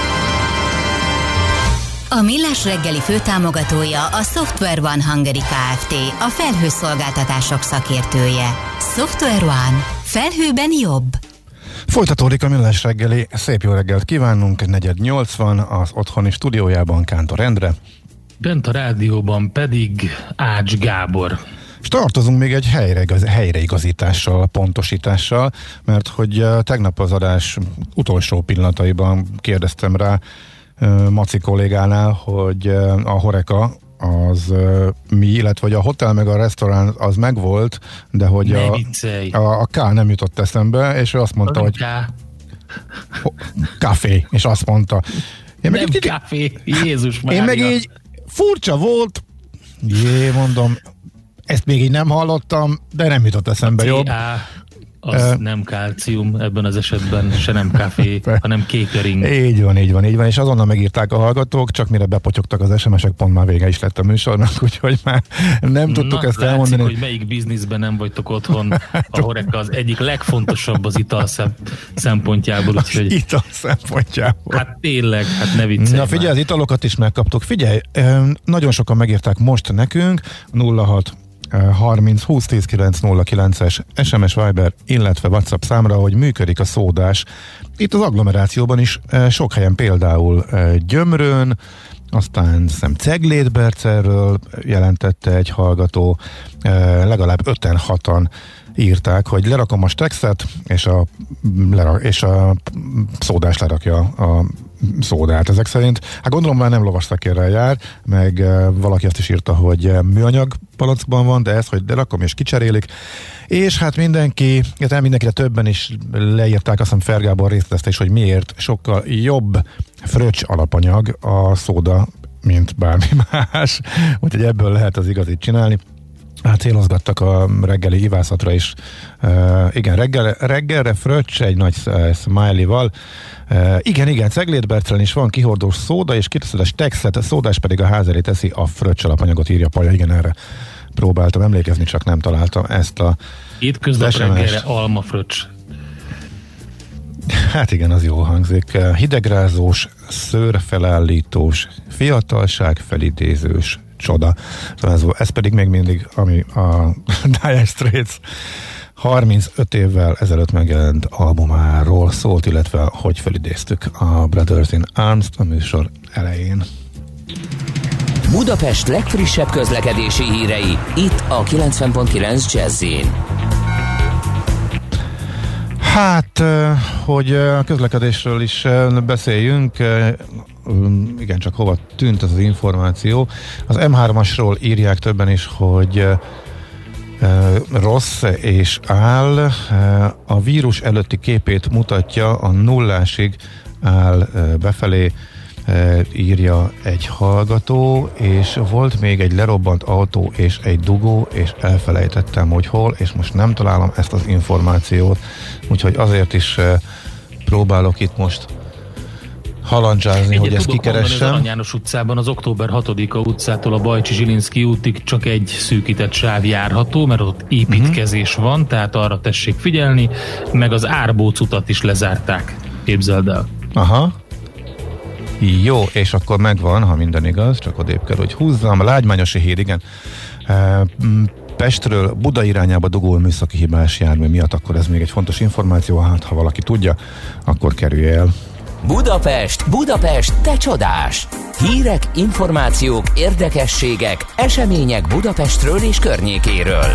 A Millás reggeli főtámogatója a Software One Hungary Kft. A felhőszolgáltatások szakértője. Software One. Felhőben jobb. Folytatódik a Millás reggeli. Szép jó reggelt kívánunk. negyed nyolcvan az otthoni stúdiójában Kántor Endre. Bent a rádióban pedig Ács Gábor. És tartozunk még egy helyreigaz, helyreigazítással, pontosítással, mert hogy uh, tegnap az adás utolsó pillanataiban kérdeztem rá uh, Maci kollégánál, hogy uh, a Horeca az uh, mi, illetve hogy a hotel meg a restaurán az megvolt, de hogy a, a, a K nem jutott eszembe, és ő azt mondta, hogy kávé, és azt mondta. Én nem meg kávé, Jézus Mária. Én meg így furcsa volt, jé, mondom, ezt még így nem hallottam, de nem jutott eszembe a jobb. Az uh, nem kálcium ebben az esetben, se nem kávé, hanem catering. Így van, így van, így van, és azonnal megírták a hallgatók, csak mire bepotyogtak az es em esek, pont már vége is lett a műsornak, úgyhogy már nem tudtuk Na, ezt látszik, elmondani. hogy melyik bizniszben nem vagytok otthon. A Horeca az egyik legfontosabb az ital szempontjából. Úgyhogy... Ital szempontjából. Hát tényleg, hát ne viccelj. Na figyelj, az italokat is megkaptuk. Figyelj, nagyon sokan megírták most nekünk, nulla hat harminc húsz tíz kilenc nulla kilences es em es Viber, illetve WhatsApp számra, hogy működik a szódás. Itt az agglomerációban is sok helyen, például Gyömrön, aztán szem Ceglédbercerről jelentette egy hallgató, legalább öten hatan írták, hogy lerakom a Stexet, és a, lerak, és a szódás lerakja a szódát ezek szerint. Hát gondolom már nem lovasszakérrel jár, meg uh, valaki azt is írta, hogy uh, műanyag palackban van, de ez, hogy lerakom és kicserélik. És hát mindenki, illetve mindenkire többen is leírták, azt hiszem Fergábor részletezte is, hogy miért sokkal jobb fröccs alapanyag a szóda, mint bármi más. Úgyhogy ebből lehet az igazit csinálni. Hát célozgattak a reggeli ivászatra is. Uh, igen, reggel, reggelre fröccs egy nagy uh, smiley-val. Uh, igen, igen, Ceglédbercelen is van kihordós szóda, és kiteszed a Stexet, a szódás pedig a ház elé teszi a fröccs alapanyagot, írja Paja. Igen, erre próbáltam emlékezni, csak nem találtam ezt a hétköznap reggelre alma fröccs. Hát igen, az jól hangzik. Hidegrázós, szőrfelállítós, fiatalság felidézős csoda. Ez, ez pedig még mindig, ami a Dire Straits harmincöt évvel ezelőtt megjelent albumáról szólt, illetve hogy felidéztük a Brothers in Arms-t a műsor elején. Budapest legfrissebb közlekedési hírei, itt a kilencven pont kilenc Jazzin. Hát, hogy a közlekedésről is beszéljünk, igen, csak hova tűnt ez az információ. Az em hármasról írják többen is, hogy rossz és áll. A vírus előtti képét mutatja, a nullásig áll befelé, írja egy hallgató, és volt még egy lerobbant autó és egy dugó, és elfelejtettem, hogy hol, és most nem találom ezt az információt, úgyhogy azért is próbálok itt most halandzsázni, hogy ezt kikeressem. Az Arany János utcában az október hatodika utcától a Bajcsi-Zsilinszky útig csak egy szűkített sáv járható, mert ott építkezés uh-huh. van, tehát arra tessék figyelni, meg az Árbóc utat is lezárták, képzeld el. Aha. Jó, és akkor megvan, ha minden igaz, csak odébb kell, hogy húzzam. Lágymányosi híd, igen. Pestről Buda irányába dugó műszaki hibás jármű miatt, akkor ez még egy fontos információ, hát ha valaki tudja, akkor kerülje el. Budapest, Budapest, te csodás! Hírek, információk, érdekességek, események Budapestről és környékéről.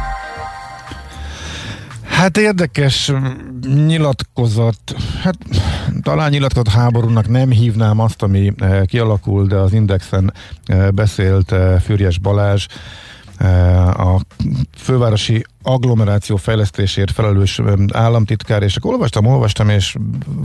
Hát érdekes nyilatkozat, hát talán nyilatkozat háborúnak nem hívnám azt, ami kialakul, de az Indexen beszélt Füriyes Balázs a fővárosi agglomeráció fejlesztésért felelős államtitkár, és akkor olvastam, olvastam, és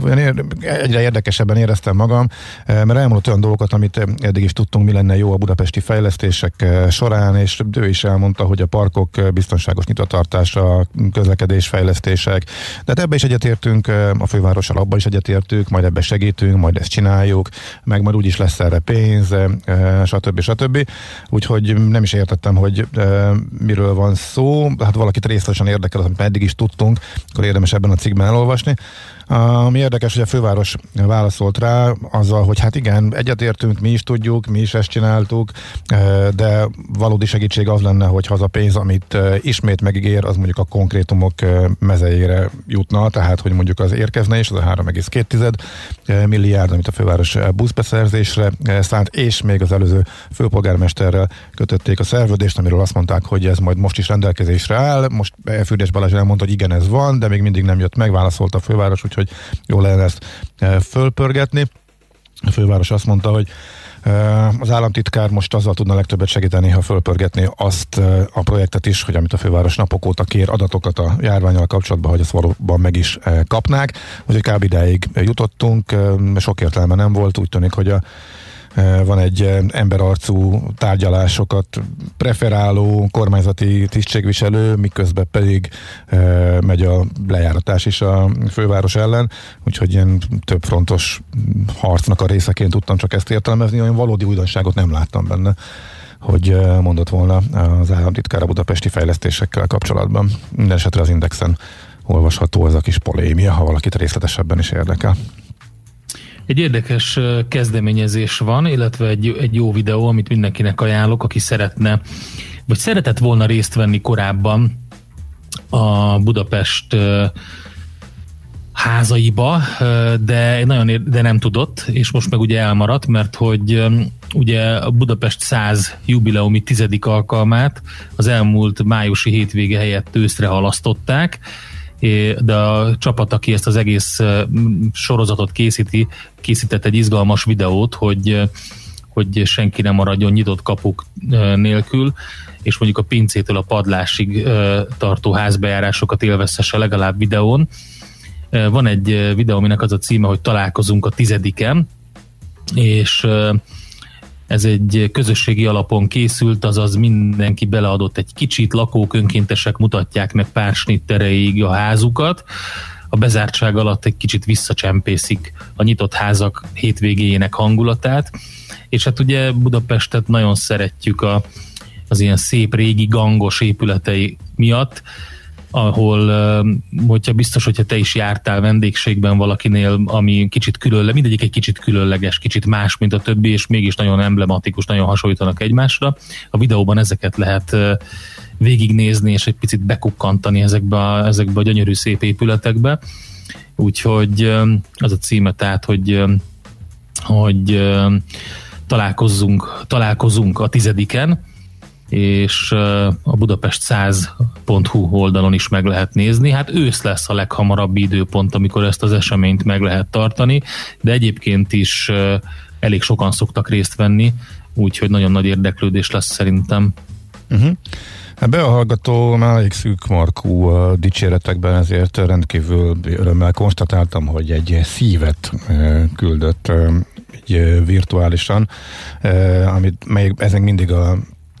egyre érdekesebben éreztem magam, mert elmondott olyan dolgokat, amit eddig is tudtunk, mi lenne jó a budapesti fejlesztések során, és ő is elmondta, hogy a parkok biztonságos nyitvatartása, a közlekedésfejlesztések, de hát ebbe is egyetértünk, a fővárossal abban is egyetértünk, majd ebbe segítünk, majd ezt csináljuk, meg majd úgyis lesz erre pénz, stb. stb. Úgyhogy nem is értettem, hogy miről van szó, hát valakit részletesen érdekel, amit eddig is tudtunk, akkor érdemes ebben a cikkben elolvasni. Ami érdekes, hogy a főváros válaszolt rá azzal, hogy hát igen, egyetértünk, mi is tudjuk, mi is ezt csináltuk, de valódi segítség az lenne, hogy az a pénz, amit ismét megígér, az mondjuk a konkrétumok mezejére jutna, tehát hogy mondjuk az érkezne is, az a három egész két milliárd, amit a főváros buszbeszerzésre szánt, és még az előző főpolgármesterrel kötötték a szerződést, amiről azt mondták, hogy ez majd most is rendelkezésre áll. Most Fürdés Balázs elmondta, hogy igen, ez van, de még mindig nem jött meg, válaszolt a főváros, úgyhogy jó lenne ezt fölpörgetni. A főváros azt mondta, hogy az államtitkár most azzal tudna legtöbbet segíteni, ha fölpörgetné azt a projektet is, hogy amit a főváros napok óta kér adatokat a járvánnyal kapcsolatban, hogy ezt valóban meg is kapnák. Úgyhogy kb. Idáig jutottunk, sok értelme nem volt, úgy tűnik, hogy a van egy emberarcú tárgyalásokat preferáló kormányzati tisztségviselő, miközben pedig e, megy a lejáratás is a főváros ellen, úgyhogy ilyen több frontos harcnak a részeként tudtam csak ezt értelmezni, olyan valódi újdonságot nem láttam benne, hogy mondott volna az államtitkár a budapesti fejlesztésekkel kapcsolatban. Minden esetre az Indexen olvasható ez a kis polémia, ha valakit részletesebben is érdekel. Egy érdekes kezdeményezés van, illetve egy, egy jó videó, amit mindenkinek ajánlok, aki szeretne, vagy szeretett volna részt venni korábban a Budapest házaiba, de, nagyon, de nem tudott, és most meg ugye elmaradt, mert hogy ugye a Budapest száz jubileumi tizedik alkalmát az elmúlt májusi hétvége helyett őszre halasztották, de a csapat, aki ezt az egész sorozatot készíti, készített egy izgalmas videót, hogy, hogy senki nem maradjon nyitott kapuk nélkül, és mondjuk a pincétől a padlásig tartó házbejárásokat élvezhesse legalább videón. Van egy videó, aminek az a címe, hogy találkozunk a tizediken, és ez egy közösségi alapon készült, azaz mindenki beleadott egy kicsit, lakók, önkéntesek mutatják meg pár snitt erejéig a házukat. A bezártság alatt egy kicsit visszacsempészik a nyitott házak hétvégéjének hangulatát, és hát ugye Budapestet nagyon szeretjük a, az ilyen szép régi gangos épületei miatt, ahol, hogyha biztos, hogyha te is jártál vendégségben valakinél, ami kicsit különleges, mindegyik egy kicsit különleges, kicsit más, mint a többi, és mégis nagyon emblematikus, nagyon hasonlítanak egymásra. A videóban ezeket lehet végignézni, és egy picit bekukkantani ezekbe a, ezekbe a gyönyörű szép épületekbe. Úgyhogy az a címe, tehát, hogy, hogy találkozzunk, találkozunk a tizediken, és a budapest száz pont hu oldalon is meg lehet nézni. Hát ősz lesz a leghamarabb időpont, amikor ezt az eseményt meg lehet tartani, de egyébként is elég sokan szoktak részt venni, úgyhogy nagyon nagy érdeklődés lesz szerintem. Uh-huh. Ebbe a hallgató már elég szűk markú a dicséretekben, ezért rendkívül örömmel konstatáltam, hogy egy szívet küldött egy virtuálisan, amit még ezen mindig a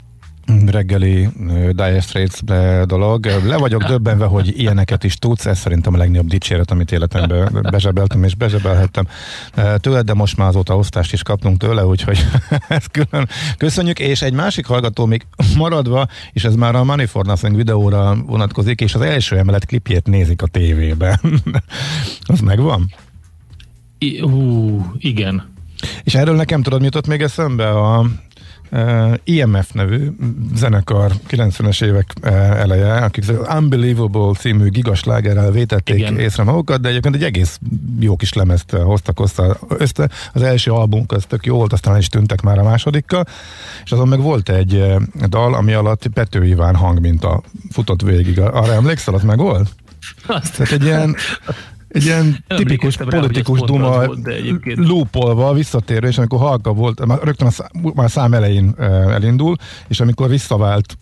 reggeli uh, Dire Straits dolog. Le vagyok döbbenve, hogy ilyeneket is tudsz, ez szerintem a legnagyobb dicséret, amit életemben bezsebeltem és bezsebelhettem uh, tőle, de most már azóta osztást is kaptunk tőle, úgyhogy ezt külön köszönjük, és egy másik hallgató még maradva, és ez már a Money for Nothing videóra vonatkozik, és az első emelet klipjét nézik a tévében. Az megvan? I- hú, igen. És erről nekem tudod, mi jutott még eszembe? A Uh, i em ef nevű zenekar kilencvenes évek uh, eleje, akik az Unbelievable című gigaslágerrel vétették Igen. észre magukat, de egyébként egy egész jó kis lemezt hoztak össze. Az első albumuk az tök jó volt, aztán is tűntek már a másodikkal, és azon meg volt egy uh, dal, ami alatt Pető Iván hangminta futott végig. Arra emlékszel, az meg volt? Azt Tehát egy ilyen egy ilyen tipikus politikus rá, duma lúpolva, visszatérő, és amikor halka volt, már rögtön a szám, már a szám elején uh, elindul, és amikor visszavált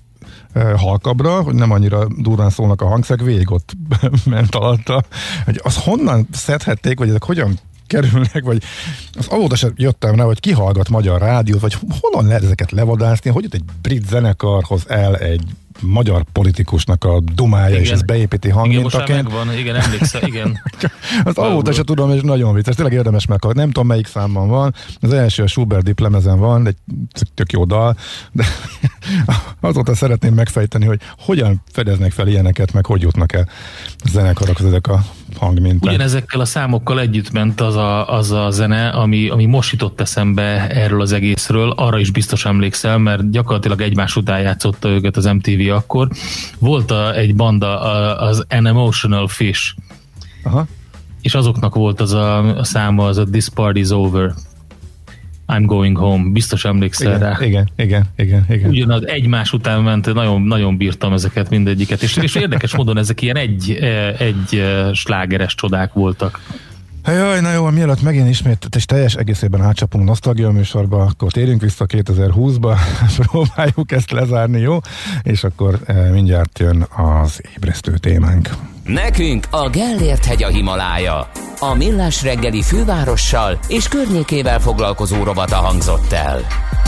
halkabbra, hogy nem annyira durván szólnak a hangszerek, végig ott ment alatta, hogy az honnan szedhették, vagy ezek hogyan kerülnek, vagy az avóta sem jöttem rá, hogy ki hallgat magyar rádiót, vagy honnan lehet ezeket levadászni, hogy jut egy brit zenekarhoz el egy magyar politikusnak a dumája, igen, és ez beépíti hangmintaként. Igen, most már megvan, igen, emlékszel, igen. Az avóta sem tudom, és nagyon vicces, tényleg érdemes meghallgatni. Nem tudom, melyik számban van. Az első a Schubert Deep lemezen van, egy tök jó dal, de azóta szeretném megfejteni, hogy hogyan fedeznek fel ilyeneket, meg hogy jutnak el a zenekarok, ezek a hangminták. Ugyanezekkel a számokkal együtt ment az a, az a zene, ami, ami most jutott eszembe erről az egészről, arra is biztos emlékszel, mert gyakorlatilag egymás után játszotta őket az em té vé akkor. Volt a, egy banda, a, az An Emotional Fish. Aha. És azoknak volt az a, a száma, az a This Party's Over. I'm Going Home. Biztos emlékszel igen, rá. Igen, igen, igen, igen. Ugyanaz egymás után ment, nagyon, nagyon bírtam ezeket mindegyiket. És, és érdekes módon ezek ilyen egy, egy slágeres csodák voltak. Jaj, na jó, mielőtt megint ismét és teljes egészében átcsapunk nosztalgia műsorba, akkor térjünk vissza kétezer-húszba, próbáljuk ezt lezárni, jó? És akkor e, mindjárt jön az ébresztő témánk. Nekünk a Gellért-hegy a Himalája. A Millás reggeli fővárossal és környékével foglalkozó rovata hangzott el.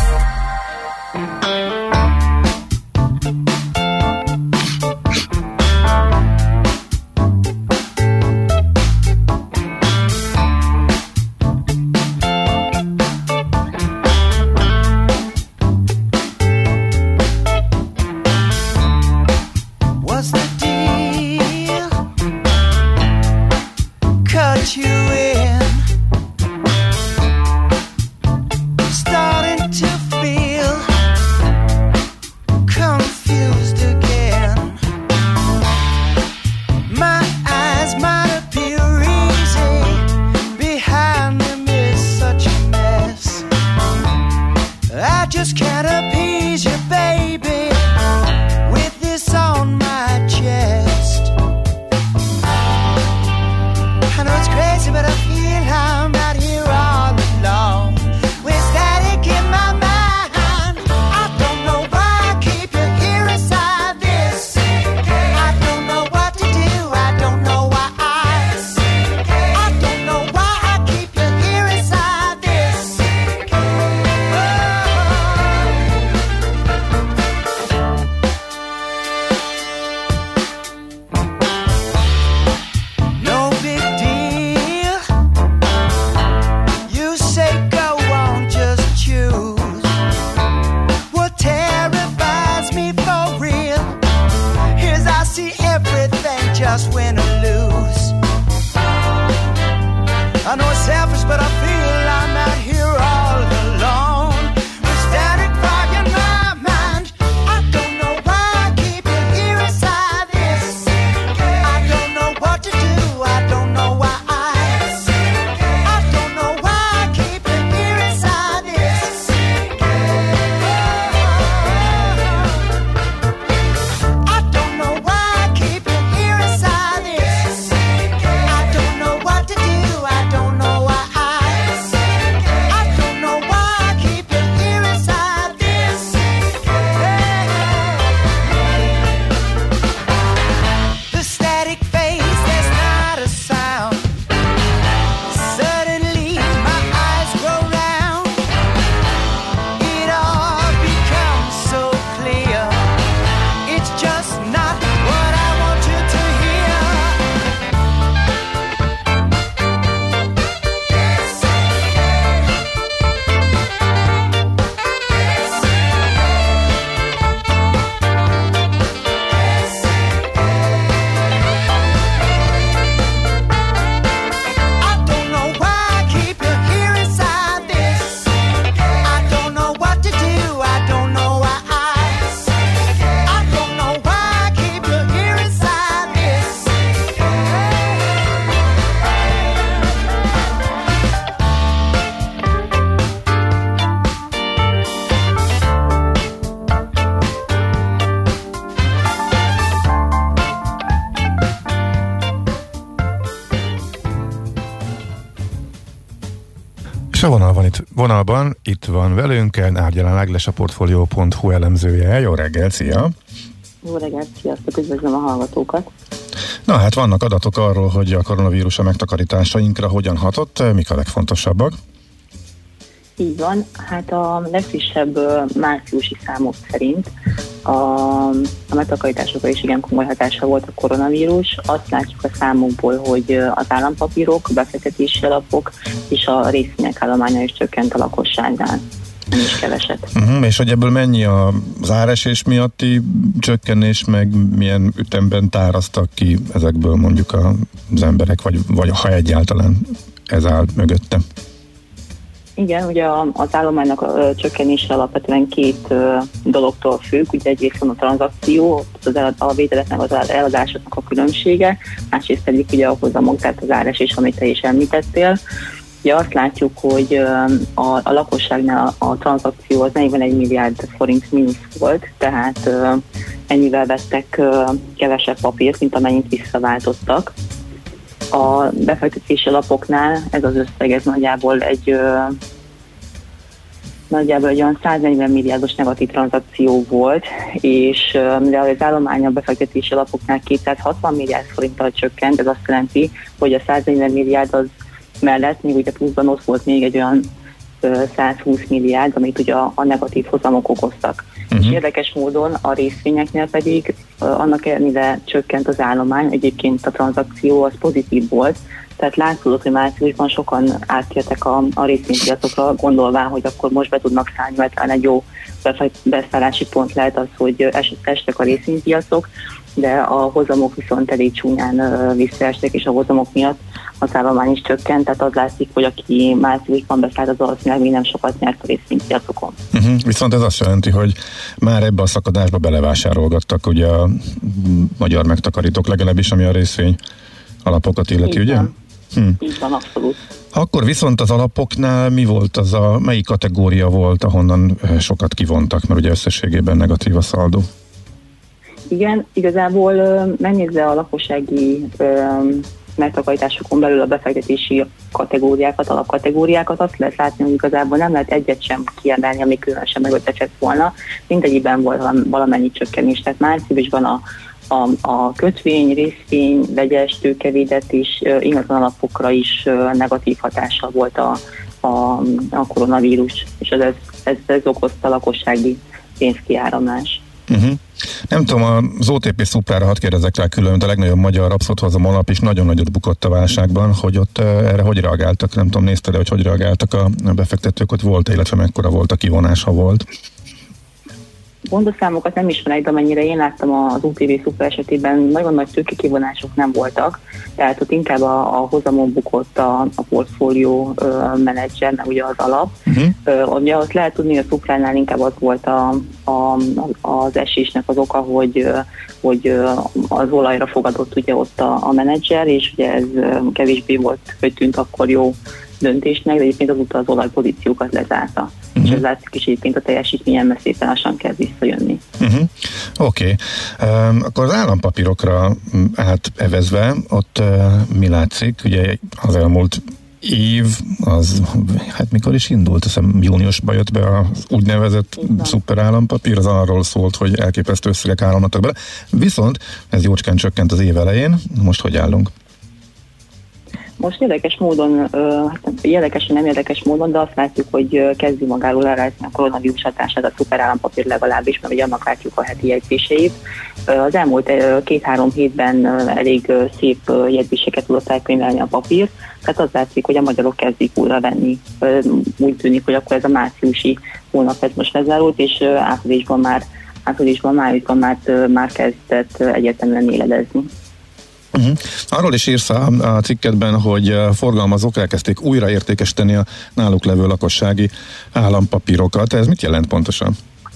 És a vonal van itt, vonalban, itt van velünk, Árgyalán Ágnes, a Portfolio pont hu elemzője. Jó reggel, szia! Jó reggelt, sziasztok, üdvözlöm a hallgatókat. Na hát vannak adatok arról, hogy a koronavírus a megtakarításainkra hogyan hatott, mik a legfontosabbak? Így van, hát a legfrissebb márciusi számok szerint a, a megtakarításokra is igen komoly hatása volt a koronavírus. Azt látjuk a számokból, hogy az állampapírok, a befektetési alapok és a részvények állománya is csökkent a lakosságnál. Nem is keveset. Uh-huh, és hogy ebből mennyi az áresés miatti csökkenés, meg milyen ütemben táraztak ki ezekből mondjuk az emberek, vagy, vagy ha egyáltalán ez áll mögötte? Igen, ugye az állománynak a csökkenése alapvetően két uh, dologtól függ, ugye egyrészt van a tranzakció, az el, a vételetnek az eladásoknak a különbsége, másrészt pedig ugye a hozamok, tehát az áresés, amit te is említettél. Ugye azt látjuk, hogy a, a lakosságnál a, a tranzakció az negyvenegy milliárd forint mínusz volt, tehát uh, ennyivel vettek uh, kevesebb papírt, mint amennyit visszaváltottak. A befektetési alapoknál ez az összeg, ez nagyjából egy uh, nagyjából egy olyan száznegyven milliárdos negatív tranzakció volt, és uh, mivel az állomány a befektetési alapoknál kétszázhatvan milliárd forinttal csökkent, ez azt jelenti, hogy a száznegyven milliárd az mellett még ugye pluszban ott volt még egy olyan uh, százhúsz milliárd, amit ugye a, a negatív hozamok okoztak. Uh-huh. És érdekes módon a részvényeknél pedig uh, annak ellenére csökkent az állomány, egyébként a tranzakció az pozitív volt, tehát látszott, hogy márciusban sokan áttértek a, a részvénypiacokra, gondolván, hogy akkor most be tudnak szállni, mert talán egy jó beszállási pont lehet az, hogy es, estek a részvénypiacok, de a hozamok viszont elég csúnyán uh, visszaestek, és a hozamok miatt az állomány is csökkent, tehát az látszik, hogy aki márciusban beszállt, az valószínűleg még nem sokat nyert a részvénypiacokon. Uh-huh. Viszont ez azt jelenti, hogy már ebbe a szakadásba belevásárolgattak ugye a magyar megtakarítók, legalábbis ami a részvény alapokat illeti, így ugye? Van. Hm. Így van, abszolút. Akkor viszont az alapoknál mi volt az a, melyik kategória volt, ahonnan sokat kivontak, mert ugye összességében negatív a szaldó? Igen, igazából megnézve a lakossági megtakarításokon belül a befektetési kategóriákat, alapkategóriákat, azt lehet látni, hogy igazából nem lehet egyet sem kiemelni, ami különösen megöttetett volna. Mindegyikben volt valamennyi csökkenés, tehát márciusban a, a, a kötvény, részvény, vegyes, tőkevédett és ingatlan alapokra is negatív hatással volt a, a, a koronavírus, és ez, ez, ez okozta a lakossági pénzkiáramlás. Uh-huh. Nem tudom, az o té pé Szuprára hadd kérdezek rá külön, de a legnagyobb magyar abszolúthozom alap is nagyon nagyot bukott a válságban, hogy ott erre hogy reagáltak, nem tudom, nézted, hogy hogy reagáltak a befektetők, ott volt, illetve mekkora volt a kivonás, ha volt? Pontos számokat nem ismerek, de amennyire én láttam az o té pé Szupra esetében nagyon nagy tőkekivonások nem voltak, tehát ott inkább a, a hozamon bukott a, a portfólió menedzser, meg ugye az alap. Uh-huh. Ugye azt lehet tudni, hogy a Szupránál inkább az volt a, a, az esésnek az oka, hogy, hogy az olajra fogadott ugye ott a, a menedzser, és ugye ez kevésbé volt, hogy tűnt akkor jó döntésnek, de egyébként azóta az olajpozíciókat lezárta. Uh-huh. És ez látszik is egyébként a teljesítményen szépen lassan kell visszajönni. Uh-huh. Oké. Okay. Um, akkor az állampapírokra átevezve, ott uh, mi látszik? Ugye az elmúlt év, az hát mikor is indult? Hiszem júniusban jött be az úgynevezett szuper állampapír, az arról szólt, hogy elképesztő összegek áramlanak bele. Viszont ez jócskán csökkent az év elején. Most hogy állunk? Most érdekes módon, hát érdekes, nem érdekes módon, de azt látjuk, hogy kezdi magáról elrázni a koronavírus hatását a szuper állampapír legalábbis, mert ugye annak látjuk a heti jegyzéseit. Az elmúlt két-három hétben elég szép jegyzéseket tudott elkönyvelni a papír, tehát az látszik, hogy a magyarok kezdik újra venni. Úgy tűnik, hogy akkor ez a márciusi hónap ez most lezárult, és áprilisban már, áprilisban, májusban már, már kezdett egyértelműen éledezni. Uh-huh. Arról is írsz a, a cikketben, hogy forgalmazók elkezdték újra értékesíteni a náluk levő lakossági állampapírokat. Ez mit jelent pontosan?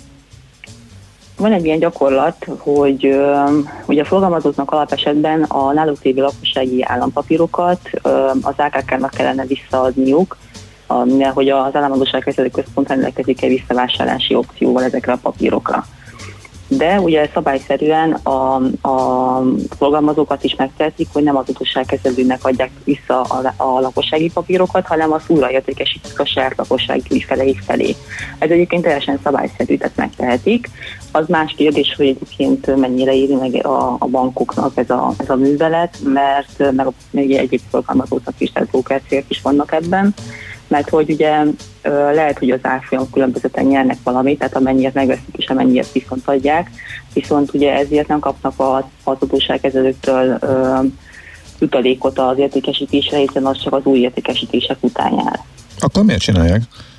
Van egy ilyen gyakorlat, hogy uh, ugye a forgalmazóknak alapesetben a náluk lévő lakossági állampapírokat uh, az á ká ká-nak kellene visszaadniuk, uh, hogy az államadósságkezelő központ rendelkezik egy visszavásárlási opcióval ezekre a papírokra. De ugye szabályszerűen a, a forgalmazókat is megtehetik, hogy nem az utasságkezelőnek adják vissza a, a lakossági papírokat, hanem azt újraértékesítik a saját lakossági ügyfeleik felé. Ez egyébként teljesen szabályszerű, tehát megtehetik. Az más kérdés, hogy egyébként mennyire éri meg a, a bankoknak ez a, ez a művelet, mert meg, meg egyéb forgalmazóknak is, tehát brókercégek is vannak ebben, mert hogy ugye lehet, hogy az árfolyam különbözeten nyernek valamit, tehát amennyiért megveszik és amennyiért viszont adják, viszont ugye ezért nem kapnak az, az adósságkezelőktől jutalékot az értékesítésre, hiszen az csak az új értékesítések után jár. Akkor miért csinálják?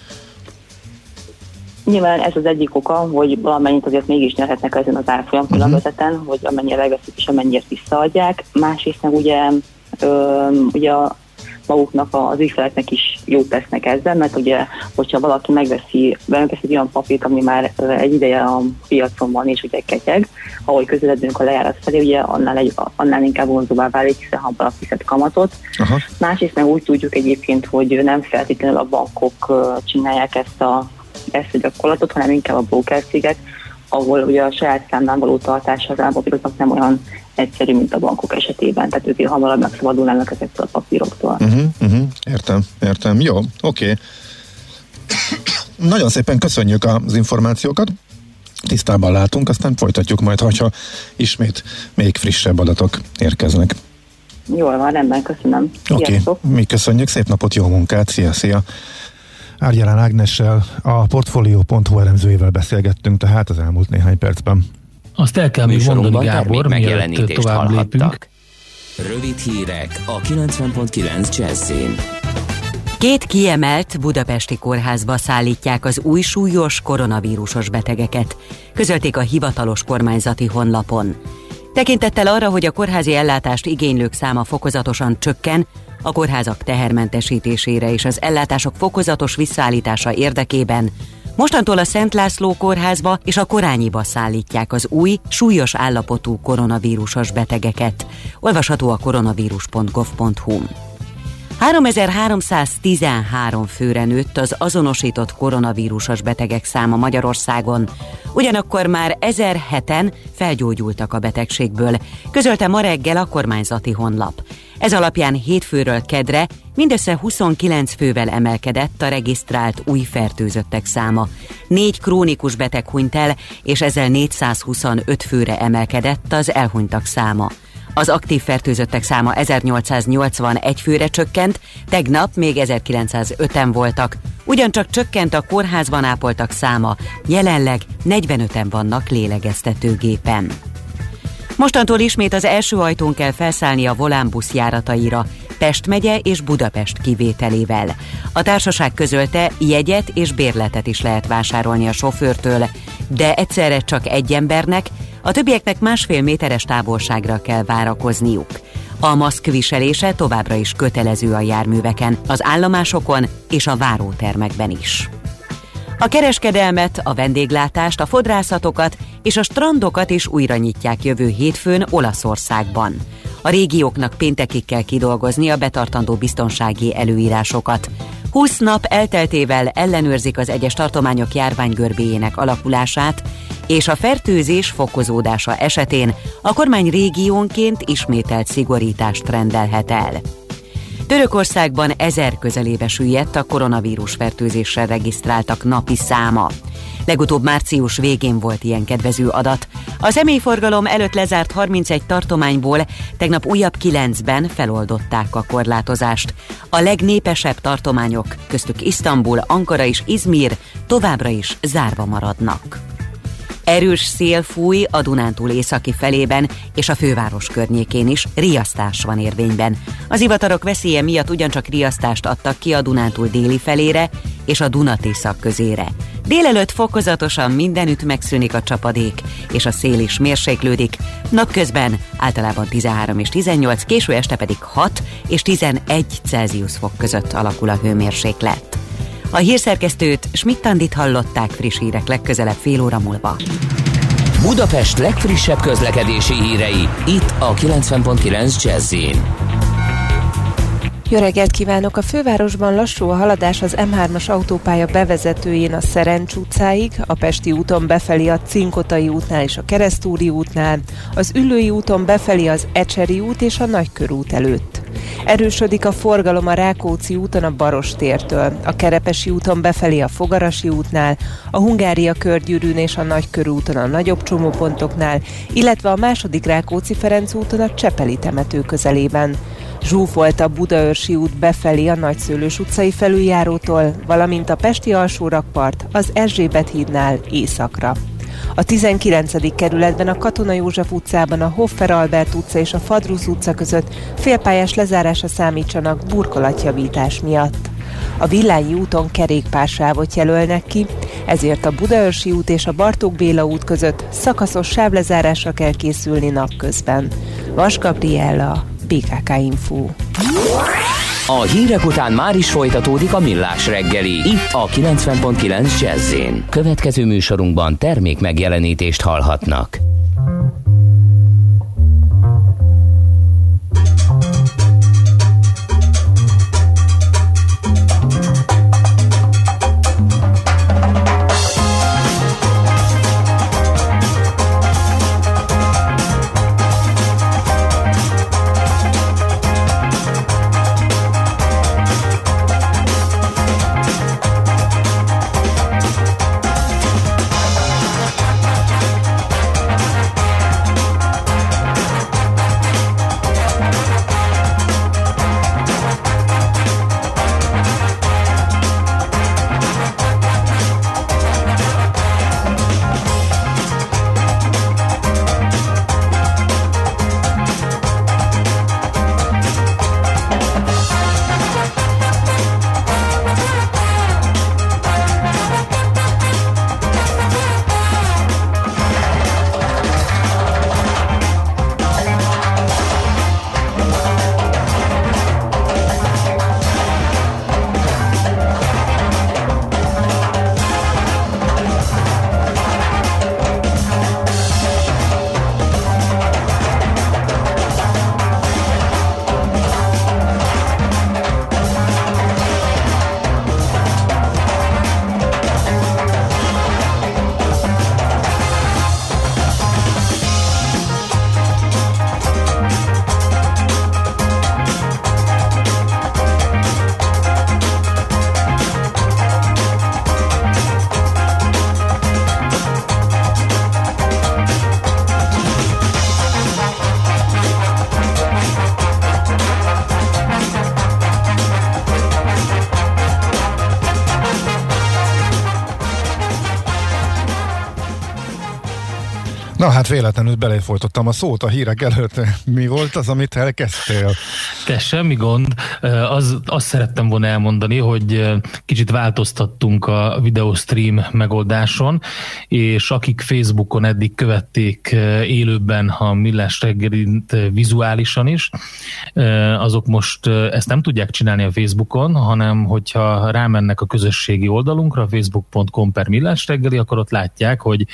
Nyilván ez az egyik oka, hogy valamennyit azért mégis nyerhetnek ezen az árfolyam különbözeten, uh-huh. hogy amennyire megveszik és amennyiért visszaadják. Másrészt meg ugye, ö, ugye a maguknak az ügyfeleknek is jót tesznek ezzel, mert ugye, hogyha valaki megveszi, megveszi egy olyan papírt, ami már egy ideje a piacon van, és ugye ketyeg, ahogy közeledünk a lejárat felé, ugye annál, egy, annál inkább vonzóvá válik, hiszen hamarabb fizet kamatot. Aha. Másrészt meg úgy tudjuk egyébként, hogy nem feltétlenül a bankok csinálják ezt a, ezt a gyakorlatot, hanem inkább a brokercégek, ahol ugye a saját számlán való tartása az állampapíroknak nem olyan egyszerű, mint a bankok esetében, tehát ők hamarabb megszabadulnának ezektől a papíroktól. Uh-huh, uh-huh. Értem, értem. Jó, oké. Okay. Nagyon szépen köszönjük az információkat, tisztában látunk, aztán folytatjuk majd, ha ismét még frissebb adatok érkeznek. Jól van, rendben, köszönöm. Oké, okay. Mi köszönjük, szép napot, jó munkát, szia, szia! Árgyalán Ágnessel, a Portfolio pont hu elemzőjével beszélgettünk tehát az elmúlt néhány percben. Azt el kell még mondani, Gábor, mielőtt tovább lépünk. Rövid hírek a kilencven pont kilenc Jazzin. Két kiemelt budapesti kórházba szállítják az új súlyos koronavírusos betegeket, közölték a hivatalos kormányzati honlapon. Tekintettel arra, hogy a kórházi ellátást igénylők száma fokozatosan csökken, a kórházak tehermentesítésére és az ellátások fokozatos visszaállítása érdekében mostantól a Szent László kórházba és a Korányiba szállítják az új, súlyos állapotú koronavírusos betegeket. Olvasható a koronavírus pont gov pont hu. háromezer-háromszáztizenhárom főre nőtt az azonosított koronavírusos betegek száma Magyarországon, ugyanakkor már ezerheten felgyógyultak a betegségből, közölte ma reggel a kormányzati honlap. Ez alapján hétfőről kedre mindössze huszonkilenc fővel emelkedett a regisztrált új fertőzöttek száma. Négy krónikus beteg hunyt el, és ezzel négyszázhuszonöt főre emelkedett az elhunytak száma. Az aktív fertőzöttek száma ezernyolcszáznyolcvanegy főre csökkent, tegnap még ezerkilencszázöten voltak. Ugyancsak csökkent a kórházban ápoltak száma, jelenleg negyvenöten vannak lélegeztetőgépen. Mostantól ismét az első ajtón kell felszállni a Volánbusz járataira, Pest megye és Budapest kivételével. A társaság közölte, jegyet és bérletet is lehet vásárolni a sofőrtől, de egyszerre csak egy embernek, a többieknek másfél méteres távolságra kell várakozniuk. A maszk viselése továbbra is kötelező a járműveken, az állomásokon és a várótermekben is. A kereskedelmet, a vendéglátást, a fodrászatokat és a strandokat is újra nyitják jövő hétfőn Olaszországban. A régióknak péntekig kell kidolgozni a betartandó biztonsági előírásokat. húsz nap elteltével ellenőrzik az egyes tartományok járványgörbéjének alakulását, és a fertőzés fokozódása esetén a kormány régiónként ismételt szigorítást rendelhet el. Törökországban ezer közelébe süllyedt a koronavírus fertőzésre regisztráltak napi száma. Legutóbb március végén volt ilyen kedvező adat. A személyforgalom előtt lezárt harmincegy tartományból tegnap újabb kilencben feloldották a korlátozást. A legnépesebb tartományok, köztük Isztambul, Ankara és Izmir továbbra is zárva maradnak. Erős szél fúj a Dunántúl északi felében és a főváros környékén is, riasztás van érvényben. Az zivatarok veszélye miatt ugyancsak riasztást adtak ki a Dunántúl déli felére és a Dunatészak közére. Délelőtt fokozatosan mindenütt megszűnik a csapadék, és a szél is mérséklődik. Napközben általában tizenhárom és tizennyolc, késő este pedig hat és tizenegy Celsius fok között alakul a hőmérséklet. A hírszerkesztőt, Schmidt-Tandit hallották, friss hírek legközelebb fél óra múlva. Budapest legfrissebb közlekedési hírei, itt a kilencven pont kilenc Jazz-in. Jó reggelt kívánok! A fővárosban lassú a haladás az em hármas autópálya bevezetőjén a Szerencs utcáig, a Pesti úton befelé a Cinkotai útnál és a Keresztúri útnál, az Üllői úton befelé az Ecseri út és a Nagykörút előtt. Erősödik a forgalom a Rákóczi úton a Barostértől, a Kerepesi úton befelé a Fogarasi útnál, a Hungária körgyűrűn és a Nagykörúton a nagyobb csomópontoknál, illetve a második Rákóczi-Ferenc úton a Csepeli temető közelében. Zsúfolt a Budaörsi út befelé a Nagyszőlős utcai felüljárótól, valamint a Pesti alsórakpart az Erzsébet hídnál északra. A tizenkilencedik kerületben a Katona József utcában a Hoffer Albert utca és a Fadrusz utca között félpályás lezárásra számítsanak burkolatjavítás miatt. A Villányi úton kerékpársávot jelölnek ki, ezért a Budaörsi út és a Bartók Béla út között szakaszos sávlezárásra kell készülni napközben. Vas Gabriella, bé ká ká Info. A hírek után már is folytatódik a Millás reggeli, itt a kilencven pont kilenc Jazz-én. Következő műsorunkban termék megjelenítést hallhatnak. Na hát véletlenül belefolytottam a szót a hírek előtt. Mi volt az, amit elkezdtél? Te semmi gond. Az, azt szerettem volna elmondani, hogy kicsit változtattunk a videostream megoldáson, és akik Facebookon eddig követték élőben a Millás reggelit vizuálisan is, azok most ezt nem tudják csinálni a Facebookon, hanem hogyha rámennek a közösségi oldalunkra, facebook pont com per Millás reggeli, akkor ott látják, hogy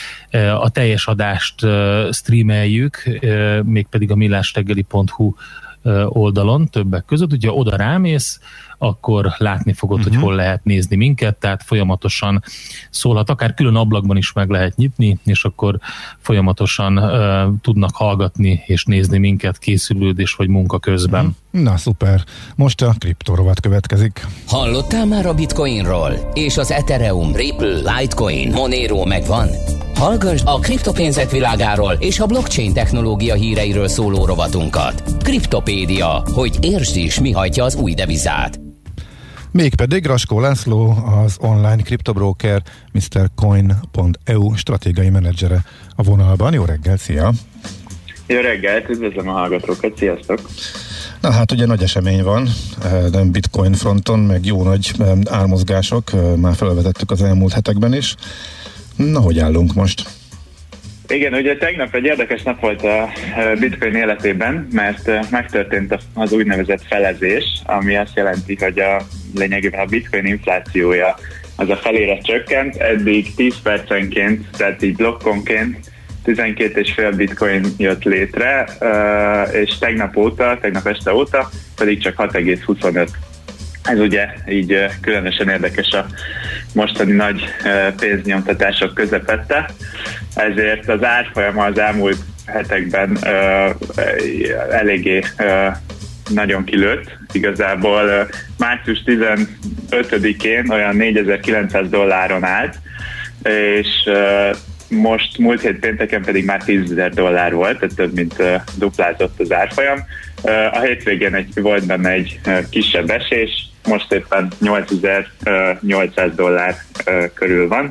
a teljes adást streameljük, mégpedig a millásreggeli pont hu oldalon többek között. Ugye oda rámész, akkor látni fogod, uh-huh. hogy hol lehet nézni minket, tehát folyamatosan szólhat, akár külön ablakban is meg lehet nyitni, és akkor folyamatosan uh, tudnak hallgatni és nézni minket készülődés vagy munka közben. Uh-huh. Na szuper, most a kriptorovat következik. Hallottál már a Bitcoinról? És az Ethereum, Ripple, Litecoin, Monero megvan? Hallgass a kriptopénzek világáról és a blockchain technológia híreiről szóló rovatunkat. Kriptopédia, hogy értsd is, mi hajtja az új devizát. Mégpedig Raskó László, az online kriptobroker miszter coin pont e u stratégiai menedzsere a vonalban. Jó reggelt, szia! Jó reggelt, üdvözlöm a hallgatókat, sziasztok! Na hát ugye nagy esemény van, de bitcoin fronton, meg jó nagy ármozgások, már felvetettük az elmúlt hetekben is. Na, hogy állunk most? Igen, ugye tegnap egy érdekes nap volt a Bitcoin életében, mert megtörtént az úgynevezett felezés, ami azt jelenti, hogy a lényegében a Bitcoin inflációja az a felére csökkent, eddig tíz percenként, tehát így blokkonként tizenkét és fél bitcoin jött létre, és tegnap óta, tegnap este óta pedig csak hat egész huszonöt. Ez ugye így különösen érdekes a mostani nagy pénznyomtatások közepette, ezért az árfolyama az elmúlt hetekben eléggé nagyon kilőtt. Igazából március tizenötödikén olyan négyezer-kilencszáz dolláron állt, és most múlt hét pénteken pedig már tízezer dollár volt, tehát több mint duplázott az árfolyam. A hétvégén egy, volt benne egy kisebb esés, most éppen nyolcezer-nyolcszáz dollár körül van,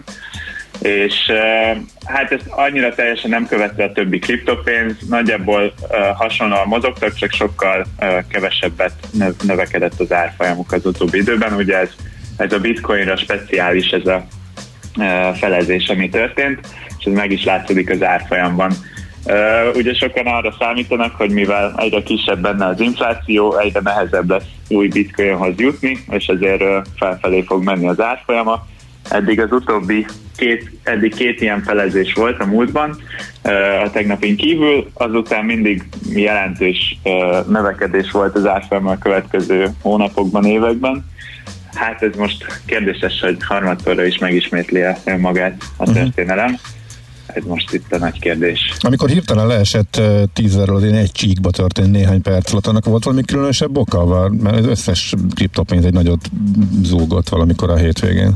és hát ezt annyira teljesen nem követte a többi kriptopénz, nagyjából hasonlóan mozogtak, csak sokkal kevesebbet növekedett az árfolyamuk az utóbbi időben. Ugye ez, ez a bitcoinra speciális ez a felezés, ami történt, és ez meg is látszódik az árfolyamban. Uh, ugye sokan arra számítanak, hogy mivel egyre kisebb benne az infláció, egyre nehezebb lesz új bitcoinhoz jutni, és ezért uh, felfelé fog menni az árfolyama. Eddig az utóbbi két, eddig két ilyen felezés volt a múltban, uh, a tegnapin kívül, azután mindig jelentős uh, növekedés volt az árfolyama a következő hónapokban, években. Hát ez most kérdéses, hogy harmadszorra is megismétli-e magát a történelem. Uh-huh. Ez most itt a nagy kérdés. Amikor hirtelen leesett tízezerről, az én egy csíkba történt néhány perc alatt, annak volt valami különösebb oka? Mert az összes kriptopénz egy nagyot zúgott valamikor a hétvégén.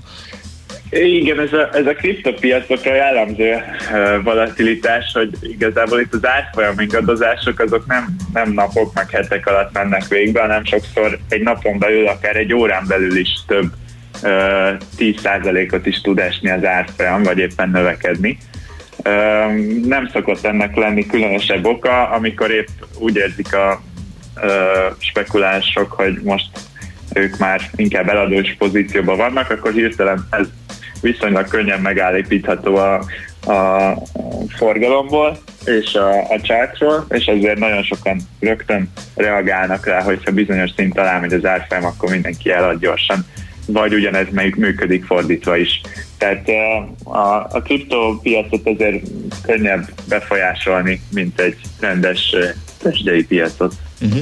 Igen, ez a, ez a kriptopiacokra jellemző uh, volatilitás, hogy igazából itt az árfolyam ingadozások azok nem, nem napok meg hetek alatt mennek végbe, hanem sokszor egy napon belül, akár egy órán belül is több uh, tíz százalékot is tud esni az árfolyam, vagy éppen növekedni. Uh, nem szokott ennek lenni különösebb oka, amikor épp úgy érzik a uh, spekulánsok, hogy most ők már inkább eladós pozícióban vannak, akkor hirtelen ez viszonylag könnyen megállapítható a, a forgalomból és a, a chartról, és ezért nagyon sokan rögtön reagálnak rá, hogyha bizonyos szint alá megy az árfolyam, akkor mindenki elad gyorsan, vagy ugyanez működik fordítva is. Tehát a, a kriptopiacot azért könnyebb befolyásolni, mint egy rendes tőzsdei piacot. Uh-huh.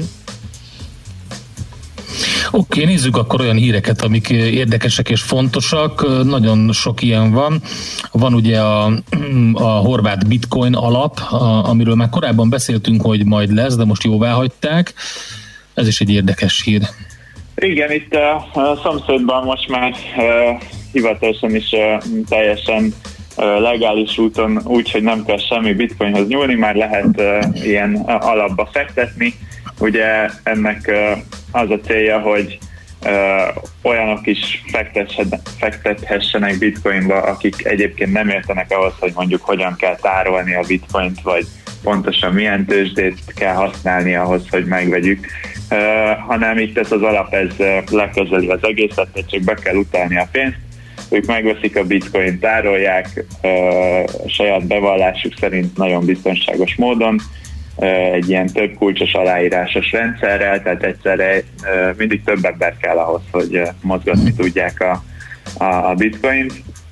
Oké, okay, nézzük akkor olyan híreket, amik érdekesek és fontosak. Nagyon sok ilyen van. Van ugye a, a horvát bitcoin alap, a, amiről már korábban beszéltünk, hogy majd lesz, de most jóvá hagyták. Ez is egy érdekes hír. Igen, itt a, a szomszédban most már uh, hivatalosan is uh, teljesen uh, legális úton, úgy, hogy nem kell semmi bitcoinhoz nyúlni, már lehet uh, ilyen alapba fektetni. Ugye ennek uh, az a célja, hogy uh, olyanok is fektethessenek bitcoinba, akik egyébként nem értenek ahhoz, hogy mondjuk hogyan kell tárolni a bitcoint, vagy pontosan milyen tőzsdét kell használni ahhoz, hogy megvegyük, uh, hanem itt ez az alap, ez uh, lekezeli az egészet, csak be kell utalni a pénzt, ők megveszik a bitcoint, tárolják uh, saját bevallásuk szerint nagyon biztonságos módon, egy ilyen több kulcsos aláírásos rendszerrel, tehát egyszerre mindig több ember kell ahhoz, hogy mozgatni tudják a, a, a bitcoint,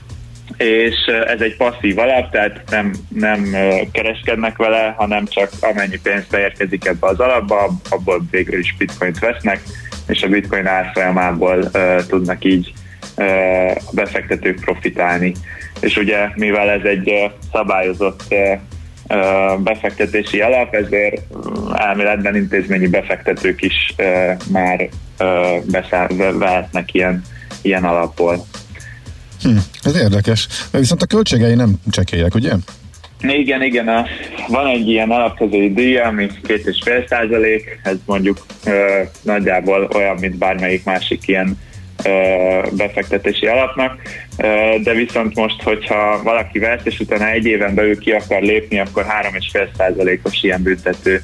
és ez egy passzív alap, tehát nem, nem kereskednek vele, hanem csak amennyi pénz beérkezik ebbe az alapba, abból végül is bitcoint vesznek, és a bitcoin árfolyamából uh, tudnak így uh, a befektetők profitálni. És ugye, mivel ez egy uh, szabályozott uh, befektetési alap, ezért elméletben intézményi befektetők is uh, már uh, beszáll, vehetnek ilyen, ilyen alapból. Hm, ez érdekes. Viszont a költségei nem csekélyek, ugye? Igen, igen. A, van egy ilyen alapkezői díj, ami két és fél százalék, ez mondjuk uh, nagyjából olyan, mint bármelyik másik ilyen befektetési alapnak, de viszont most, hogyha valaki vesz, és utána egy éven belül ki akar lépni, akkor három egész öt százalékos ilyen büntető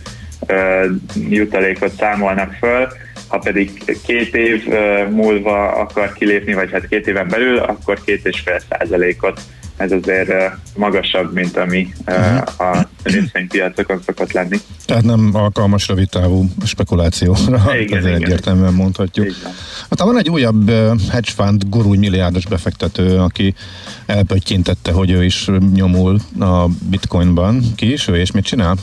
jutalékot számolnak föl, ha pedig két év múlva akar kilépni, vagy hát két éven belül, akkor két egész öt százalékot. Ez azért magasabb, mint ami uh-huh. a részvénypiacokon szokott lenni. Tehát nem alkalmas rövidtávú spekulációra, igen, ez igen. egyértelműen mondhatjuk. Hát van egy újabb hedge fund gurú milliárdos befektető, aki elpöttyintette, hogy ő is nyomul a bitcoinban. Ki is ő, és mit csinál?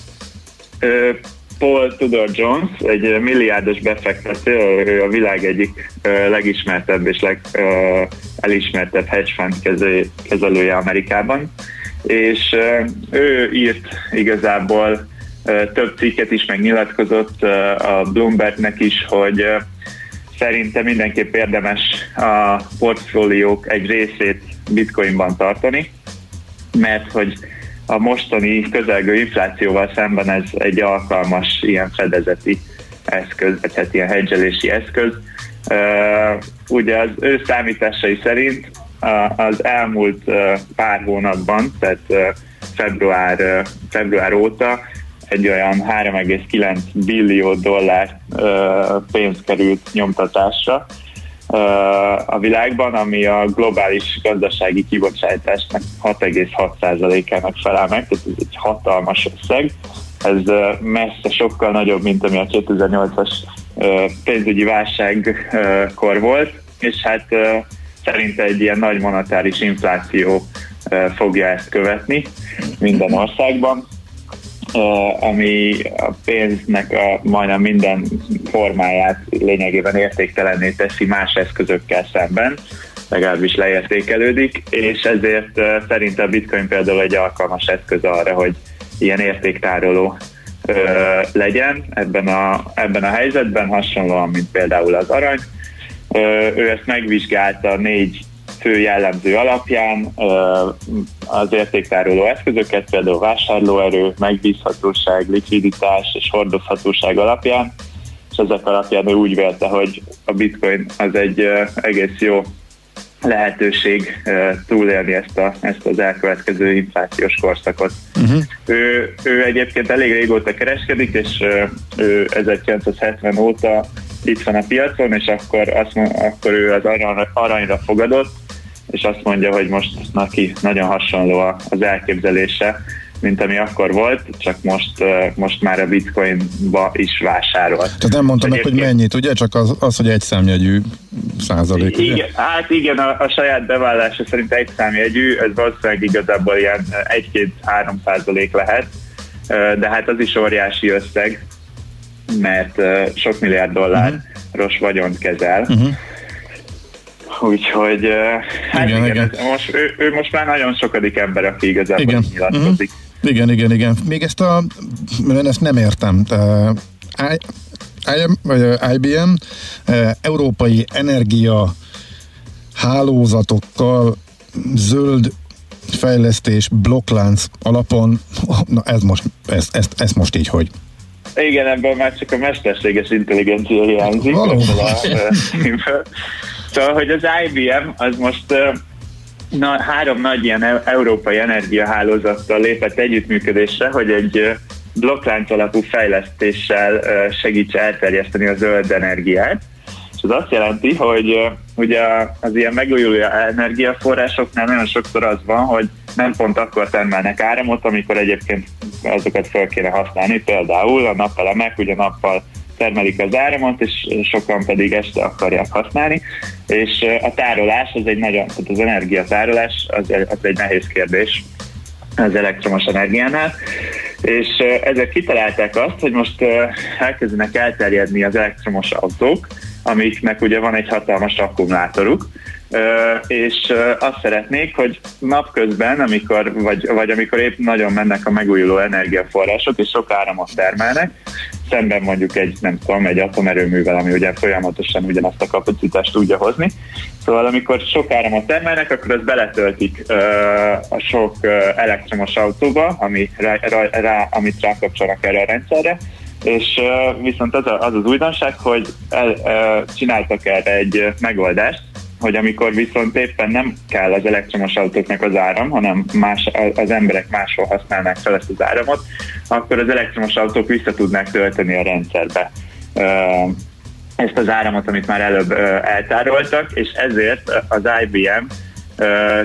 Ö, Paul Tudor Jones, egy milliárdos befektető, ő a világ egyik ö, legismertebb és legelismertebb hedge fund kezelője Amerikában, és ö, ő írt igazából ö, több cikket is, megnyilatkozott ö, a Bloombergnek is, hogy ö, szerinte mindenképp érdemes a portfóliók egy részét bitcoinban tartani, mert hogy a mostani közelgő inflációval szemben ez egy alkalmas ilyen fedezeti eszköz, vagy hát ilyen hedgelési eszköz. Uh, ugye az ő számításai szerint uh, az elmúlt uh, pár hónapban, tehát uh, február, uh, február óta egy olyan három egész kilenc billió dollár uh, pénz került nyomtatásra uh, a világban, ami a globális gazdasági kibocsátásnak hat egész hat százalékának felel meg, tehát ez egy hatalmas összeg. Ez uh, messze sokkal nagyobb, mint ami a kétezer-nyolcas uh, pénzügyi válságkor uh, volt, és hát uh, szerinte egy ilyen nagy monetáris infláció uh, fogja ezt követni minden országban. Uh, ami a pénznek a majdnem minden formáját lényegében értéktelenné teszi más eszközökkel szemben, legalábbis leértékelődik, és ezért uh, szerint a bitcoin például egy alkalmas eszköz arra, hogy ilyen értéktároló uh, legyen ebben a, ebben a helyzetben, hasonlóan, mint például az arany. Uh, ő ezt megvizsgálta négy fő jellemző alapján az értéktároló eszközöket, például vásárlóerő, megbízhatóság, likviditás és hordozhatóság alapján, és ezek alapján ő úgy vélte, hogy a bitcoin az egy egész jó lehetőség túlélni ezt, a, ezt az elkövetkező inflációs korszakot. Uh-huh. Ő, ő egyébként elég régóta kereskedik, és ő ezerkilencszázhetven óta itt van a piacon, és akkor, azt, akkor ő az aranyra, aranyra fogadott, és azt mondja, hogy most neki nagyon hasonló az elképzelése, mint ami akkor volt, csak most, most már a bitcoinba is vásárolt. Tehát nem mondta meg, hogy mennyit, ugye? Csak az, az hogy egy számjegyű százalék. Igen, hát igen, a, a saját bevállása szerint egy számjegyű, ez valószínűleg igazából ilyen egy-két-három százalék lehet, de hát az is óriási összeg, mert sok milliárd dolláros uh-huh. vagyont kezel. Uh-huh. Úgyhogy hát igen, igen, igen. Most, ő, ő most már nagyon sokadik ember, aki igazából igen. nyilatkozik. Uh-huh. Igen, igen, igen. Még ezt a, ezt nem értem. Uh, I, I, vagy I B M uh, európai energia hálózatokkal zöld fejlesztés blokklánc alapon, na ez most, ez, ez, ez most így hogy? Igen, ebből már csak a mesterséges intelligencia hiányzik. Szóval, hogy az I B M az most na, három nagy ilyen európai energiahálózattal lépett együttműködésre, hogy egy blokklánc alapú fejlesztéssel segítse elterjeszteni a zöld energiát. És ez azt jelenti, hogy ugye az ilyen megújuló energiaforrásoknál nagyon sokszor az van, hogy nem pont akkor termelnek áramot, amikor egyébként azokat fel kéne használni. Például a napelemek ugye nappal termelik az áramot, és sokan pedig este akarják használni, és a tárolás az egy nagyon, tehát az energiatárolás az, az egy nehéz kérdés az elektromos energiánál, és ezek kitalálták azt, hogy most elkezdenek elterjedni az elektromos autók, amiknek ugye van egy hatalmas akkumulátoruk, és azt szeretnék, hogy napközben, amikor, vagy, vagy amikor épp nagyon mennek a megújuló energiaforrások, és sok áramot termelnek, szemben mondjuk egy, nem tudom, egy atomerőművel, ami ugye folyamatosan ugyanazt a kapacitást tudja hozni. Szóval amikor sok áramot termelnek, akkor ezt beletöltik uh, a sok uh, elektromos autóba, ami rá, rá, amit rákapcsolnak erre a rendszerre, és uh, viszont az, a, az az újdonság, hogy el, uh, csináltak erre egy uh, megoldást, hogy amikor viszont éppen nem kell az elektromos autóknak az áram, hanem más, az emberek máshol használnák fel ezt az áramot, akkor az elektromos autók vissza tudnák tölteni a rendszerbe ezt az áramot, amit már előbb eltároltak, és ezért az I B M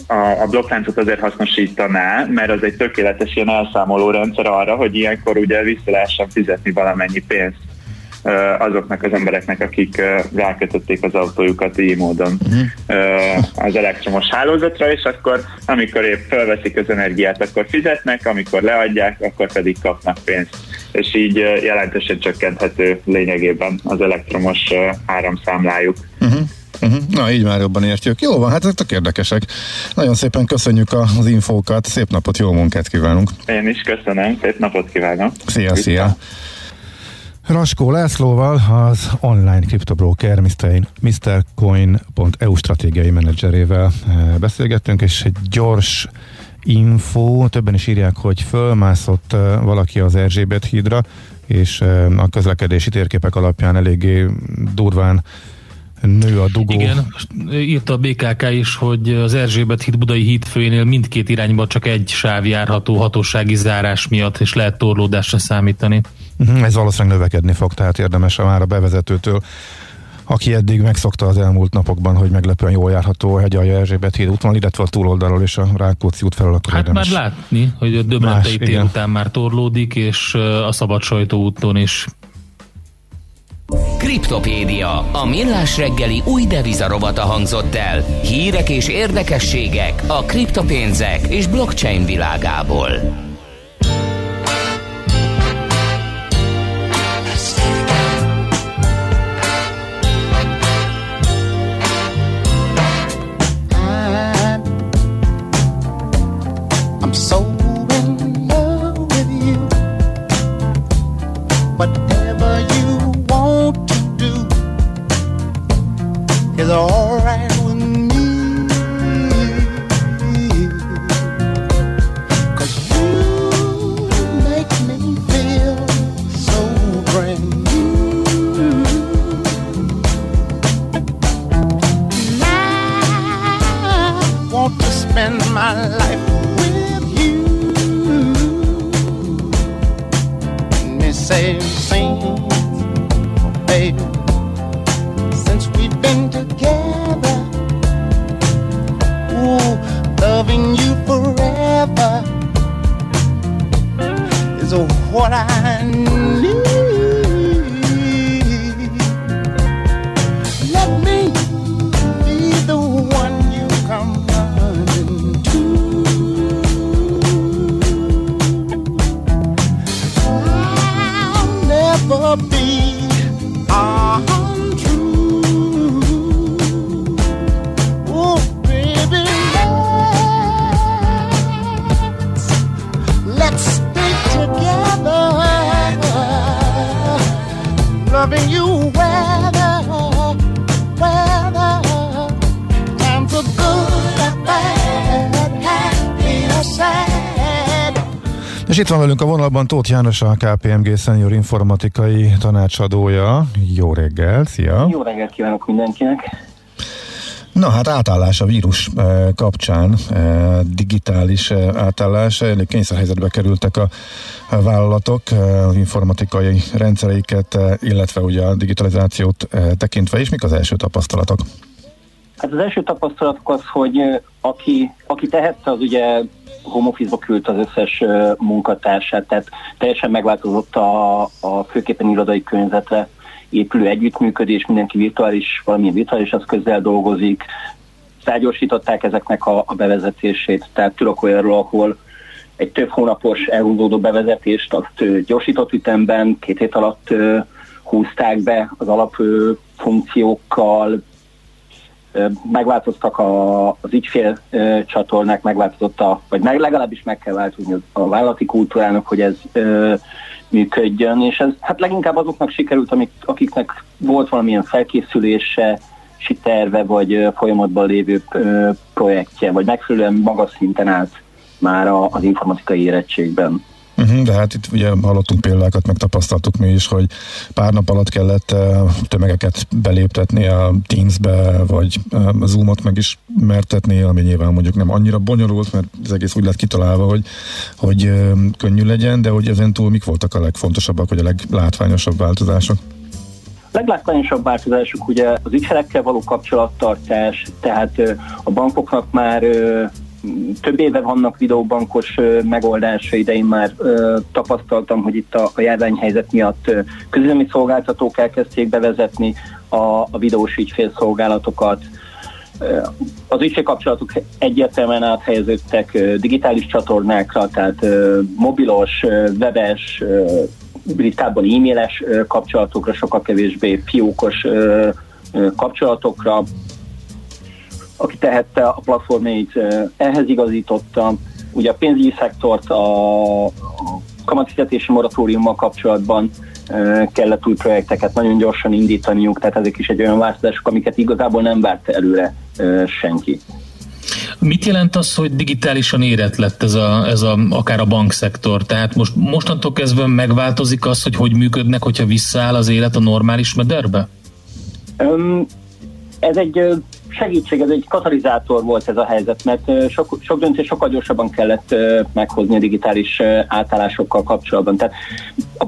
a, a blokkláncot azért hasznosítaná, mert az egy tökéletes ilyen elszámoló rendszer arra, hogy ilyenkor ugye vissza lehessen fizetni valamennyi pénzt azoknak az embereknek, akik rákötötték az autójukat így módon uh-huh. az elektromos hálózatra, és akkor amikor épp felveszik az energiát, akkor fizetnek, amikor leadják, akkor pedig kapnak pénzt. És így jelentősen csökkenthető lényegében az elektromos áramszámlájuk. Uh-huh. Uh-huh. Na, így már jobban értjük. Jó van, hát ezek tök érdekesek. Nagyon szépen köszönjük az infókat, szép napot, jó munkát kívánunk. Én is köszönöm, szép napot kívánok. Szia, szia. Raskó Lászlóval, az online kriptobroker mister coin pont e u stratégiai menedzserével beszélgettünk, és egy gyors info, többen is írják, hogy fölmászott valaki az Erzsébet hídra, és a közlekedési térképek alapján eléggé durván nő a dugó. Igen, írta a bé ká ká is, hogy az Erzsébet híd Budai hídfőjénél mindkét irányban csak egy sáv járható hatósági zárás miatt, és lehet torlódásra számítani. Ez valószínűleg növekedni fog, tehát érdemes már a bevezetőtől, aki eddig megszokta az elmúlt napokban, hogy meglepően jól járható a Hegyalja Erzsébet híd úton, illetve a túloldalról és a Rákóczi út felől, akkor hát érdemes. már látni, hogy a Döbrentei tér után már torlódik, és a Szabad Sajtó úton is. Kriptopédia, a millás reggeli új devizarovata hangzott el. Hírek és érdekességek a kriptopénzek és blockchain világából. I'm so in love with you. Whatever you want to do is alright with me. 'Cause you make me feel so brand new. And I want to spend my life same scene, baby. Since we've been together, ooh, loving you forever is what I need. Let me be the one you come running to. Never be untrue. Oh, baby, let's, let's stay together, loving you weather, weather, times are good and bad, happy or sad. És itt van velünk a vonalban Tóth János, a ká pé em gé Senior informatikai tanácsadója. Jó reggel, szia! Jó reggelt kívánok mindenkinek! Na hát átállás a vírus kapcsán, digitális átállás, elég kényszerhelyzetbe kerültek a vállalatok, az informatikai rendszereiket, illetve ugye a digitalizációt tekintve is. Mik az első tapasztalatok? Hát az első tapasztalatok az, hogy aki, aki tehette, az ugye home office-ba küldte az összes munkatársát, tehát teljesen megváltozott a, a főképpen irodai környezetre épülő együttműködés, mindenki virtuális, valamilyen virtuális eszközzel dolgozik, felgyorsították ezeknek a, a bevezetését, tehát tudok olyanról, ahol egy több hónapos elhúzódó bevezetést azt gyorsított ütemben, két hét alatt húzták be az alapfunkciókkal, megváltoztak a, az ügyfél e, csatornák, megváltozott a, vagy meg, legalábbis meg kell változni a vállalati kultúrának, hogy ez e, működjön, és ez hát leginkább azoknak sikerült, amik, akiknek volt valamilyen felkészülése, terve, vagy e, folyamatban lévő e, projektje, vagy megfelelően magas szinten állt már a, az informatikai érettségben. Uh-huh, de hát itt ugye hallottunk példákat, meg tapasztaltuk mi is, hogy pár nap alatt kellett uh, tömegeket beléptetni a Teams-be, vagy uh, a Zoom-ot meg is mertetni, ami nyilván mondjuk nem annyira bonyolult, mert az egész úgy lett kitalálva, hogy, hogy uh, könnyű legyen, de hogy ezen túl mik voltak a legfontosabbak, vagy a leglátványosabb változások? Leglátványosabb változásuk ugye az ügyfelekkel való kapcsolattartás, tehát a bankoknak már több éve vannak videóbankos megoldásai, de én már tapasztaltam, hogy itt a, a járványhelyzet miatt közülmi szolgáltatók elkezdték bevezetni a, a videós ügyfélszolgálatokat. Az ügyfélkapcsolatok egyértelműen áthelyeződtek digitális csatornákra, tehát mobilos, webes, ritkábban e-mailes kapcsolatokra, sokkal kevésbé fiókos kapcsolatokra. Aki tehette a platformjait, ehhez igazította. Ugye a pénzügyi szektort a, a kamatfizetési moratóriummal kapcsolatban kellett új projekteket nagyon gyorsan indítaniuk, tehát ezek is egy olyan változások, amiket igazából nem várt előre senki. Mit jelent az, hogy digitálisan érett lett ez a, ez a, akár a bankszektor? Tehát most mostantól kezdve megváltozik az, hogy hogy működnek, hogyha visszaáll az élet a normális mederbe? Um, ez egy segítség, ez egy katalizátor volt ez a helyzet, mert sok, sok döntés sokkal gyorsabban kellett meghozni a digitális átállásokkal kapcsolatban. Tehát a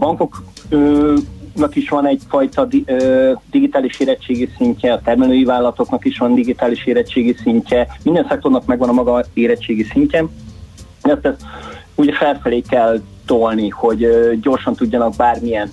bankoknak is van egyfajta digitális érettségi szintje, a termelői vállalatoknak is van digitális érettségi szintje, minden szektornak megvan a maga érettségi szintje. Ezt, ezt ugye felfelé kell tolni, hogy gyorsan tudjanak bármilyen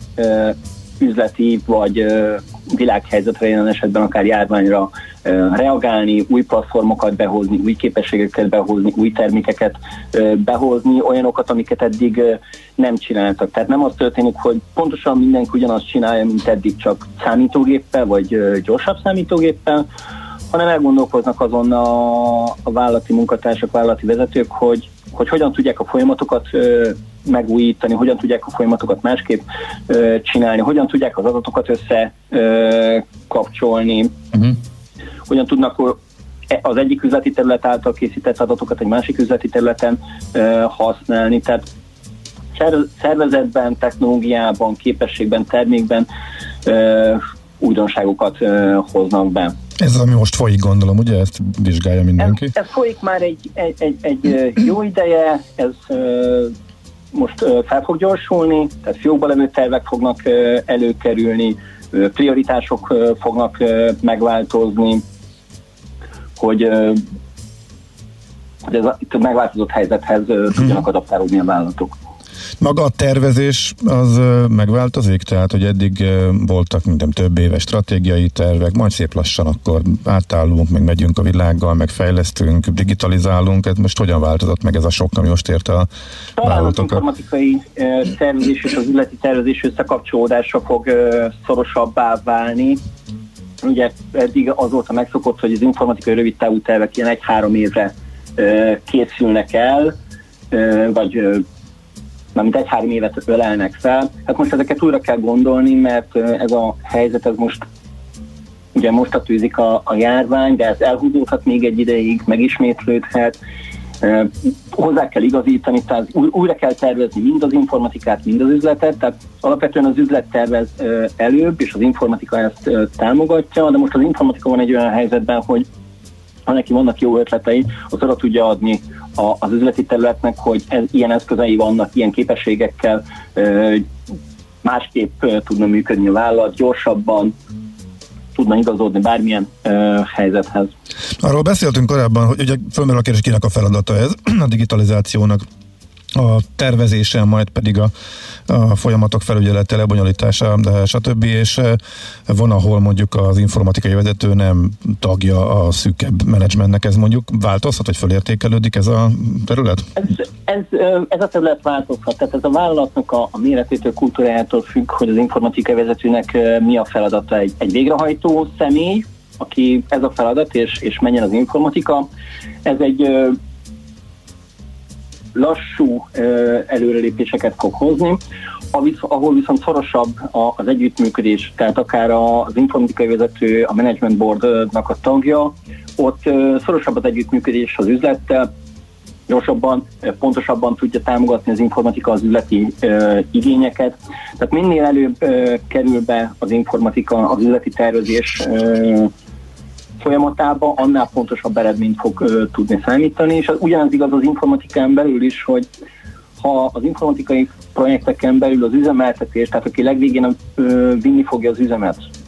üzleti vagy világhelyzetre, jelen esetben akár járványra reagálni, új platformokat behozni, új képességeket behozni, új termékeket behozni, olyanokat, amiket eddig nem csináltak. Tehát nem az történik, hogy pontosan mindenki ugyanazt csinálja, mint eddig, csak számítógéppel, vagy gyorsabb számítógéppel, hanem elgondolkoznak azon a, a vállalati munkatársak, vállalati vezetők, hogy, hogy hogyan tudják a folyamatokat ö, megújítani, hogyan tudják a folyamatokat másképp ö, csinálni, hogyan tudják az adatokat össze ö, kapcsolni, uh-huh. hogyan tudnak az egyik üzleti terület által készített adatokat egy másik üzleti területen ö, használni. Tehát szervezetben, technológiában, képességben, termékben ö, újdonságokat ö, hoznak be. Ez az, ami most folyik, gondolom, ugye? Ezt vizsgálja mindenki? Ez, ez folyik már egy, egy, egy, egy jó ideje, ez ö, most ö, fel fog gyorsulni, tehát fiókba levő tervek fognak ö, előkerülni, ö, prioritások ö, fognak ö, megváltozni, hogy, ö, hogy ez a, itt a megváltozott helyzethez ö, tudjanak adaptálódni a vállalatok. Maga a tervezés az megváltozik? Tehát, hogy eddig voltak minden több éves stratégiai tervek, majd szép lassan akkor átállunk, meg megyünk a világgal, meg fejlesztünk, digitalizálunk. Ez most hogyan változott meg ez a sok, ami most érte a vállalatokat? Az informatikai tervezés és az üzleti tervezés összekapcsolódása fog szorosabbá válni. Ugye eddig az volt a megszokott, hogy az informatikai rövid távú tervek ilyen egy-három évre készülnek el, vagy mint egy-három évet ölelnek fel. Hát most ezeket újra kell gondolni, mert ez a helyzet, ez most ugye most tűzik a, a járvány, de ez elhúzódhat még egy ideig, megismétlődhet, uh, hozzá kell igazítani, tehát új, újra kell tervezni mind az informatikát, mind az üzletet, tehát alapvetően az üzlet tervez uh, előbb, és az informatika ezt uh, támogatja, de most az informatika van egy olyan helyzetben, hogy ha neki vannak jó ötletei, az oda tudja adni a, az üzleti területnek, hogy ez, ilyen eszközei vannak, ilyen képességekkel ö, másképp ö, tudna működni a vállalat, gyorsabban tudna igazodni bármilyen ö, helyzethez. Arról beszéltünk korábban, hogy ugye fölmerül a kérdés, kinek a feladata ez, a digitalizációnak a tervezésen, majd pedig a, a folyamatok felügyelete, lebonyolítása, stb. És van, ahol mondjuk az informatikai vezető nem tagja a szűkebb menedzsmentnek, ez mondjuk változhat, vagy fölértékelődik ez a terület? Ez, ez, ez a terület változhat, tehát ez a vállalatnak a, a méretétől, kultúrájától függ, hogy az informatikai vezetőnek mi a feladata. Egy, egy végrehajtó személy, aki ez a feladat, és, és menjen az informatika. Ez egy lassú uh, előrelépéseket fog hozni, ahol viszont szorosabb az együttműködés, tehát akár az informatikai vezető, a management boardnak a tagja, ott uh, szorosabb az együttműködés az üzlettel, gyorsabban, pontosabban tudja támogatni az informatika az üzleti uh, igényeket. Tehát minél előbb uh, kerül be az informatika az üzleti tervezés uh, folyamatában, annál pontosabb eredményt fog ö, tudni számítani, és az, ugyanez igaz az informatikán belül is, hogy ha az informatikai projekteken belül az üzemeltetés, tehát aki legvégén ö, vinni fogja az üzemet,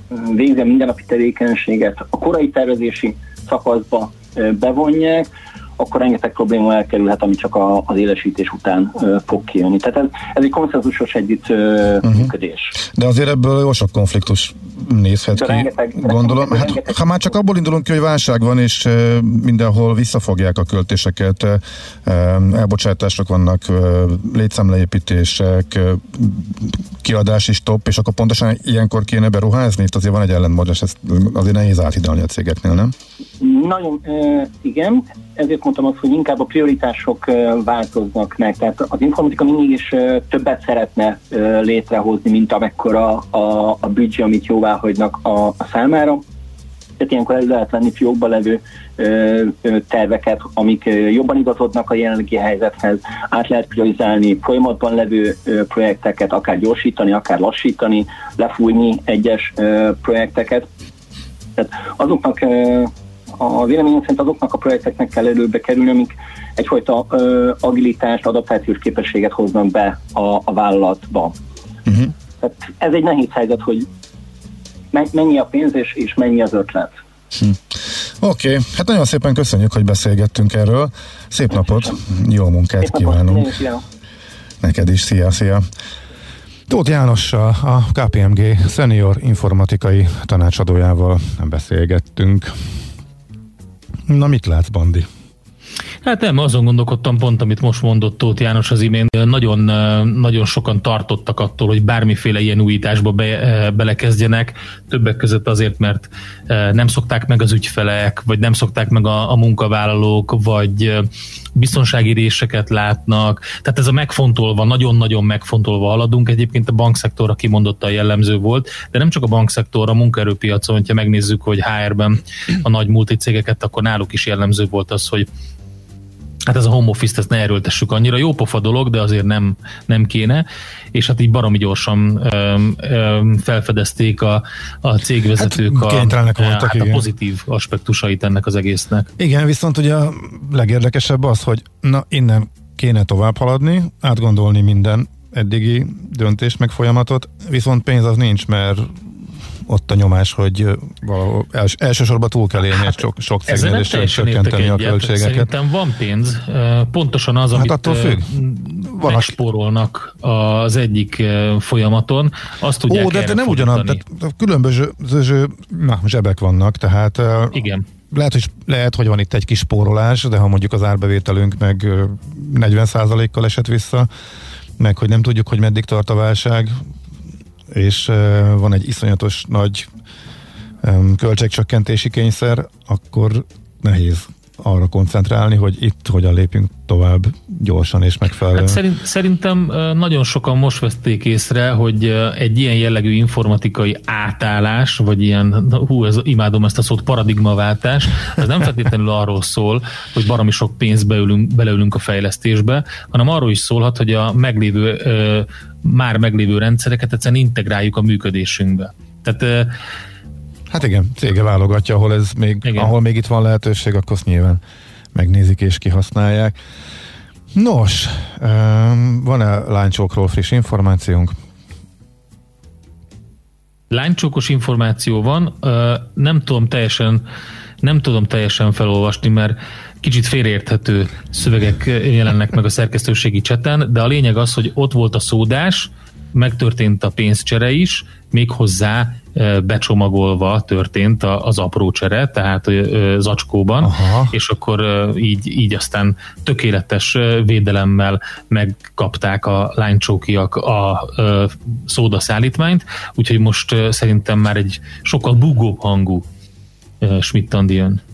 végzi a mindennapi tevékenységet, a korai tervezési szakaszba bevonják, akkor rengeteg probléma elkerülhet, ami csak a, az élesítés után ö, fog kijönni. Tehát ez, ez egy konszenzusos együttműködés. Uh-huh. De azért ebből jó sok konfliktus nézhet de ki, rengeteg, gondolom. rengeteg, hát, rengeteg. Ha már csak abból indulunk ki, hogy válság van, és e, mindenhol visszafogják a költéseket, e, elbocsátások vannak, e, létszámleépítések, e, kiadási stopp, és akkor pontosan ilyenkor kéne beruházni? Itt azért van egy ellentmondás, ezt azért nehéz áthidalni a cégeknél, nem? Nagyon, e, igen. Ezért mondtam azt, hogy inkább a prioritások változnak meg. Tehát az informatika mindig is többet szeretne létrehozni, mint amekkora a, a büdzsé, amit jóvá hagynak a, a számára. Tehát ilyenkor elő lehet lenni fiókba levő terveket, amik jobban igazodnak a jelenlegi helyzethez. Át lehet priorizálni folyamatban levő projekteket, akár gyorsítani, akár lassítani, lefújni egyes projekteket. Tehát azoknak a véleményem szerint azoknak a projekteknek kell előbbre kerülni, amik egyfajta ö, agilitást, adaptációs képességet hoznak be a, a vállalatba. Uh-huh. Tehát ez egy nehéz helyzet, hogy me- mennyi a pénz és, és mennyi az ötlet. Hm. Oké, okay. Hát nagyon szépen köszönjük, hogy beszélgettünk erről. Szép napot, jó munkát Szép kívánunk. Napot. Neked is, szia, szia. Tóth Jánossal, a ká pé em gé senior informatikai tanácsadójával beszélgettünk. Na, mit látsz, Bandi? Hát nem, azon gondolkodtam pont, amit most mondott Tóth János az imént. Nagyon, nagyon sokan tartottak attól, hogy bármiféle ilyen újításba be, belekezdjenek. Többek között azért, mert nem szokták meg az ügyfelek, vagy nem szokták meg a, a munkavállalók, vagy biztonsági réseket látnak. Tehát ez a megfontolva, nagyon-nagyon megfontolva haladunk. Egyébként a bankszektorra kimondottan jellemző volt, de nem csak a bankszektor, a munkaerőpiacon, hogyha megnézzük, hogy há er-ben a nagy multicégeket, akkor náluk is jellemző volt az, hogy hát ez a home office-t, ezt ne erőltessük annyira. Jó pofa dolog, de azért nem, nem kéne. És hát így baromi gyorsan öm, öm, felfedezték a, a cégvezetők hát, a, voltak, hát a pozitív aspektusait ennek az egésznek. Igen, viszont ugye a legérdekesebb az, hogy na innen kéne tovább haladni, átgondolni minden eddigi döntést meg folyamatot, viszont pénz az nincs, mert ott a nyomás, hogy valahol els, elsősorban túl kell élni, hát, sok, sok cégnél és csökkenteni a költségeket. Szerintem van pénz, pontosan az, amit hát megspórolnak az egyik folyamaton, azt tudják. Ó, de, de nem ugyanaz, tehát különböző na, zsebek vannak, tehát igen. Lehet hogy, lehet, hogy van itt egy kis spórolás, de ha mondjuk az árbevételünk meg negyven százalékkal esett vissza, meg hogy nem tudjuk, hogy meddig tart a válság, és uh, van egy iszonyatos nagy um, költségcsökkentési kényszer, akkor nehéz arra koncentrálni, hogy itt hogyan lépjünk tovább gyorsan és megfelelően. Hát szerint, szerintem nagyon sokan most vették észre, hogy egy ilyen jellegű informatikai átállás, vagy ilyen, hú, ez, imádom ezt a szót, paradigmaváltás, ez nem feltétlenül arról szól, hogy baromi sok pénzt beülünk, beleülünk a fejlesztésbe, hanem arról is szólhat, hogy a meglévő, már meglévő rendszereket egyszerűen integráljuk a működésünkbe. Tehát hát igen, cége válogatja, ahol, ez még, ahol még itt van lehetőség, akkor azt nyilván megnézik és kihasználják. Nos, van-e lánycsókról friss információnk? Lánycsókos információ van, nem tudom teljesen, nem tudom teljesen felolvasni, mert kicsit félreérthető szövegek jelennek meg a szerkesztőségi cseten, de a lényeg az, hogy ott volt a szódás, megtörtént a pénzcsere is, méghozzá becsomagolva történt az apró csere, tehát zacskóban, aha, és akkor így, így aztán tökéletes védelemmel megkapták a lánycsókiak a szódaszállítmányt, úgyhogy most szerintem már egy sokkal bugóbb hangú Schmidt Andi jön.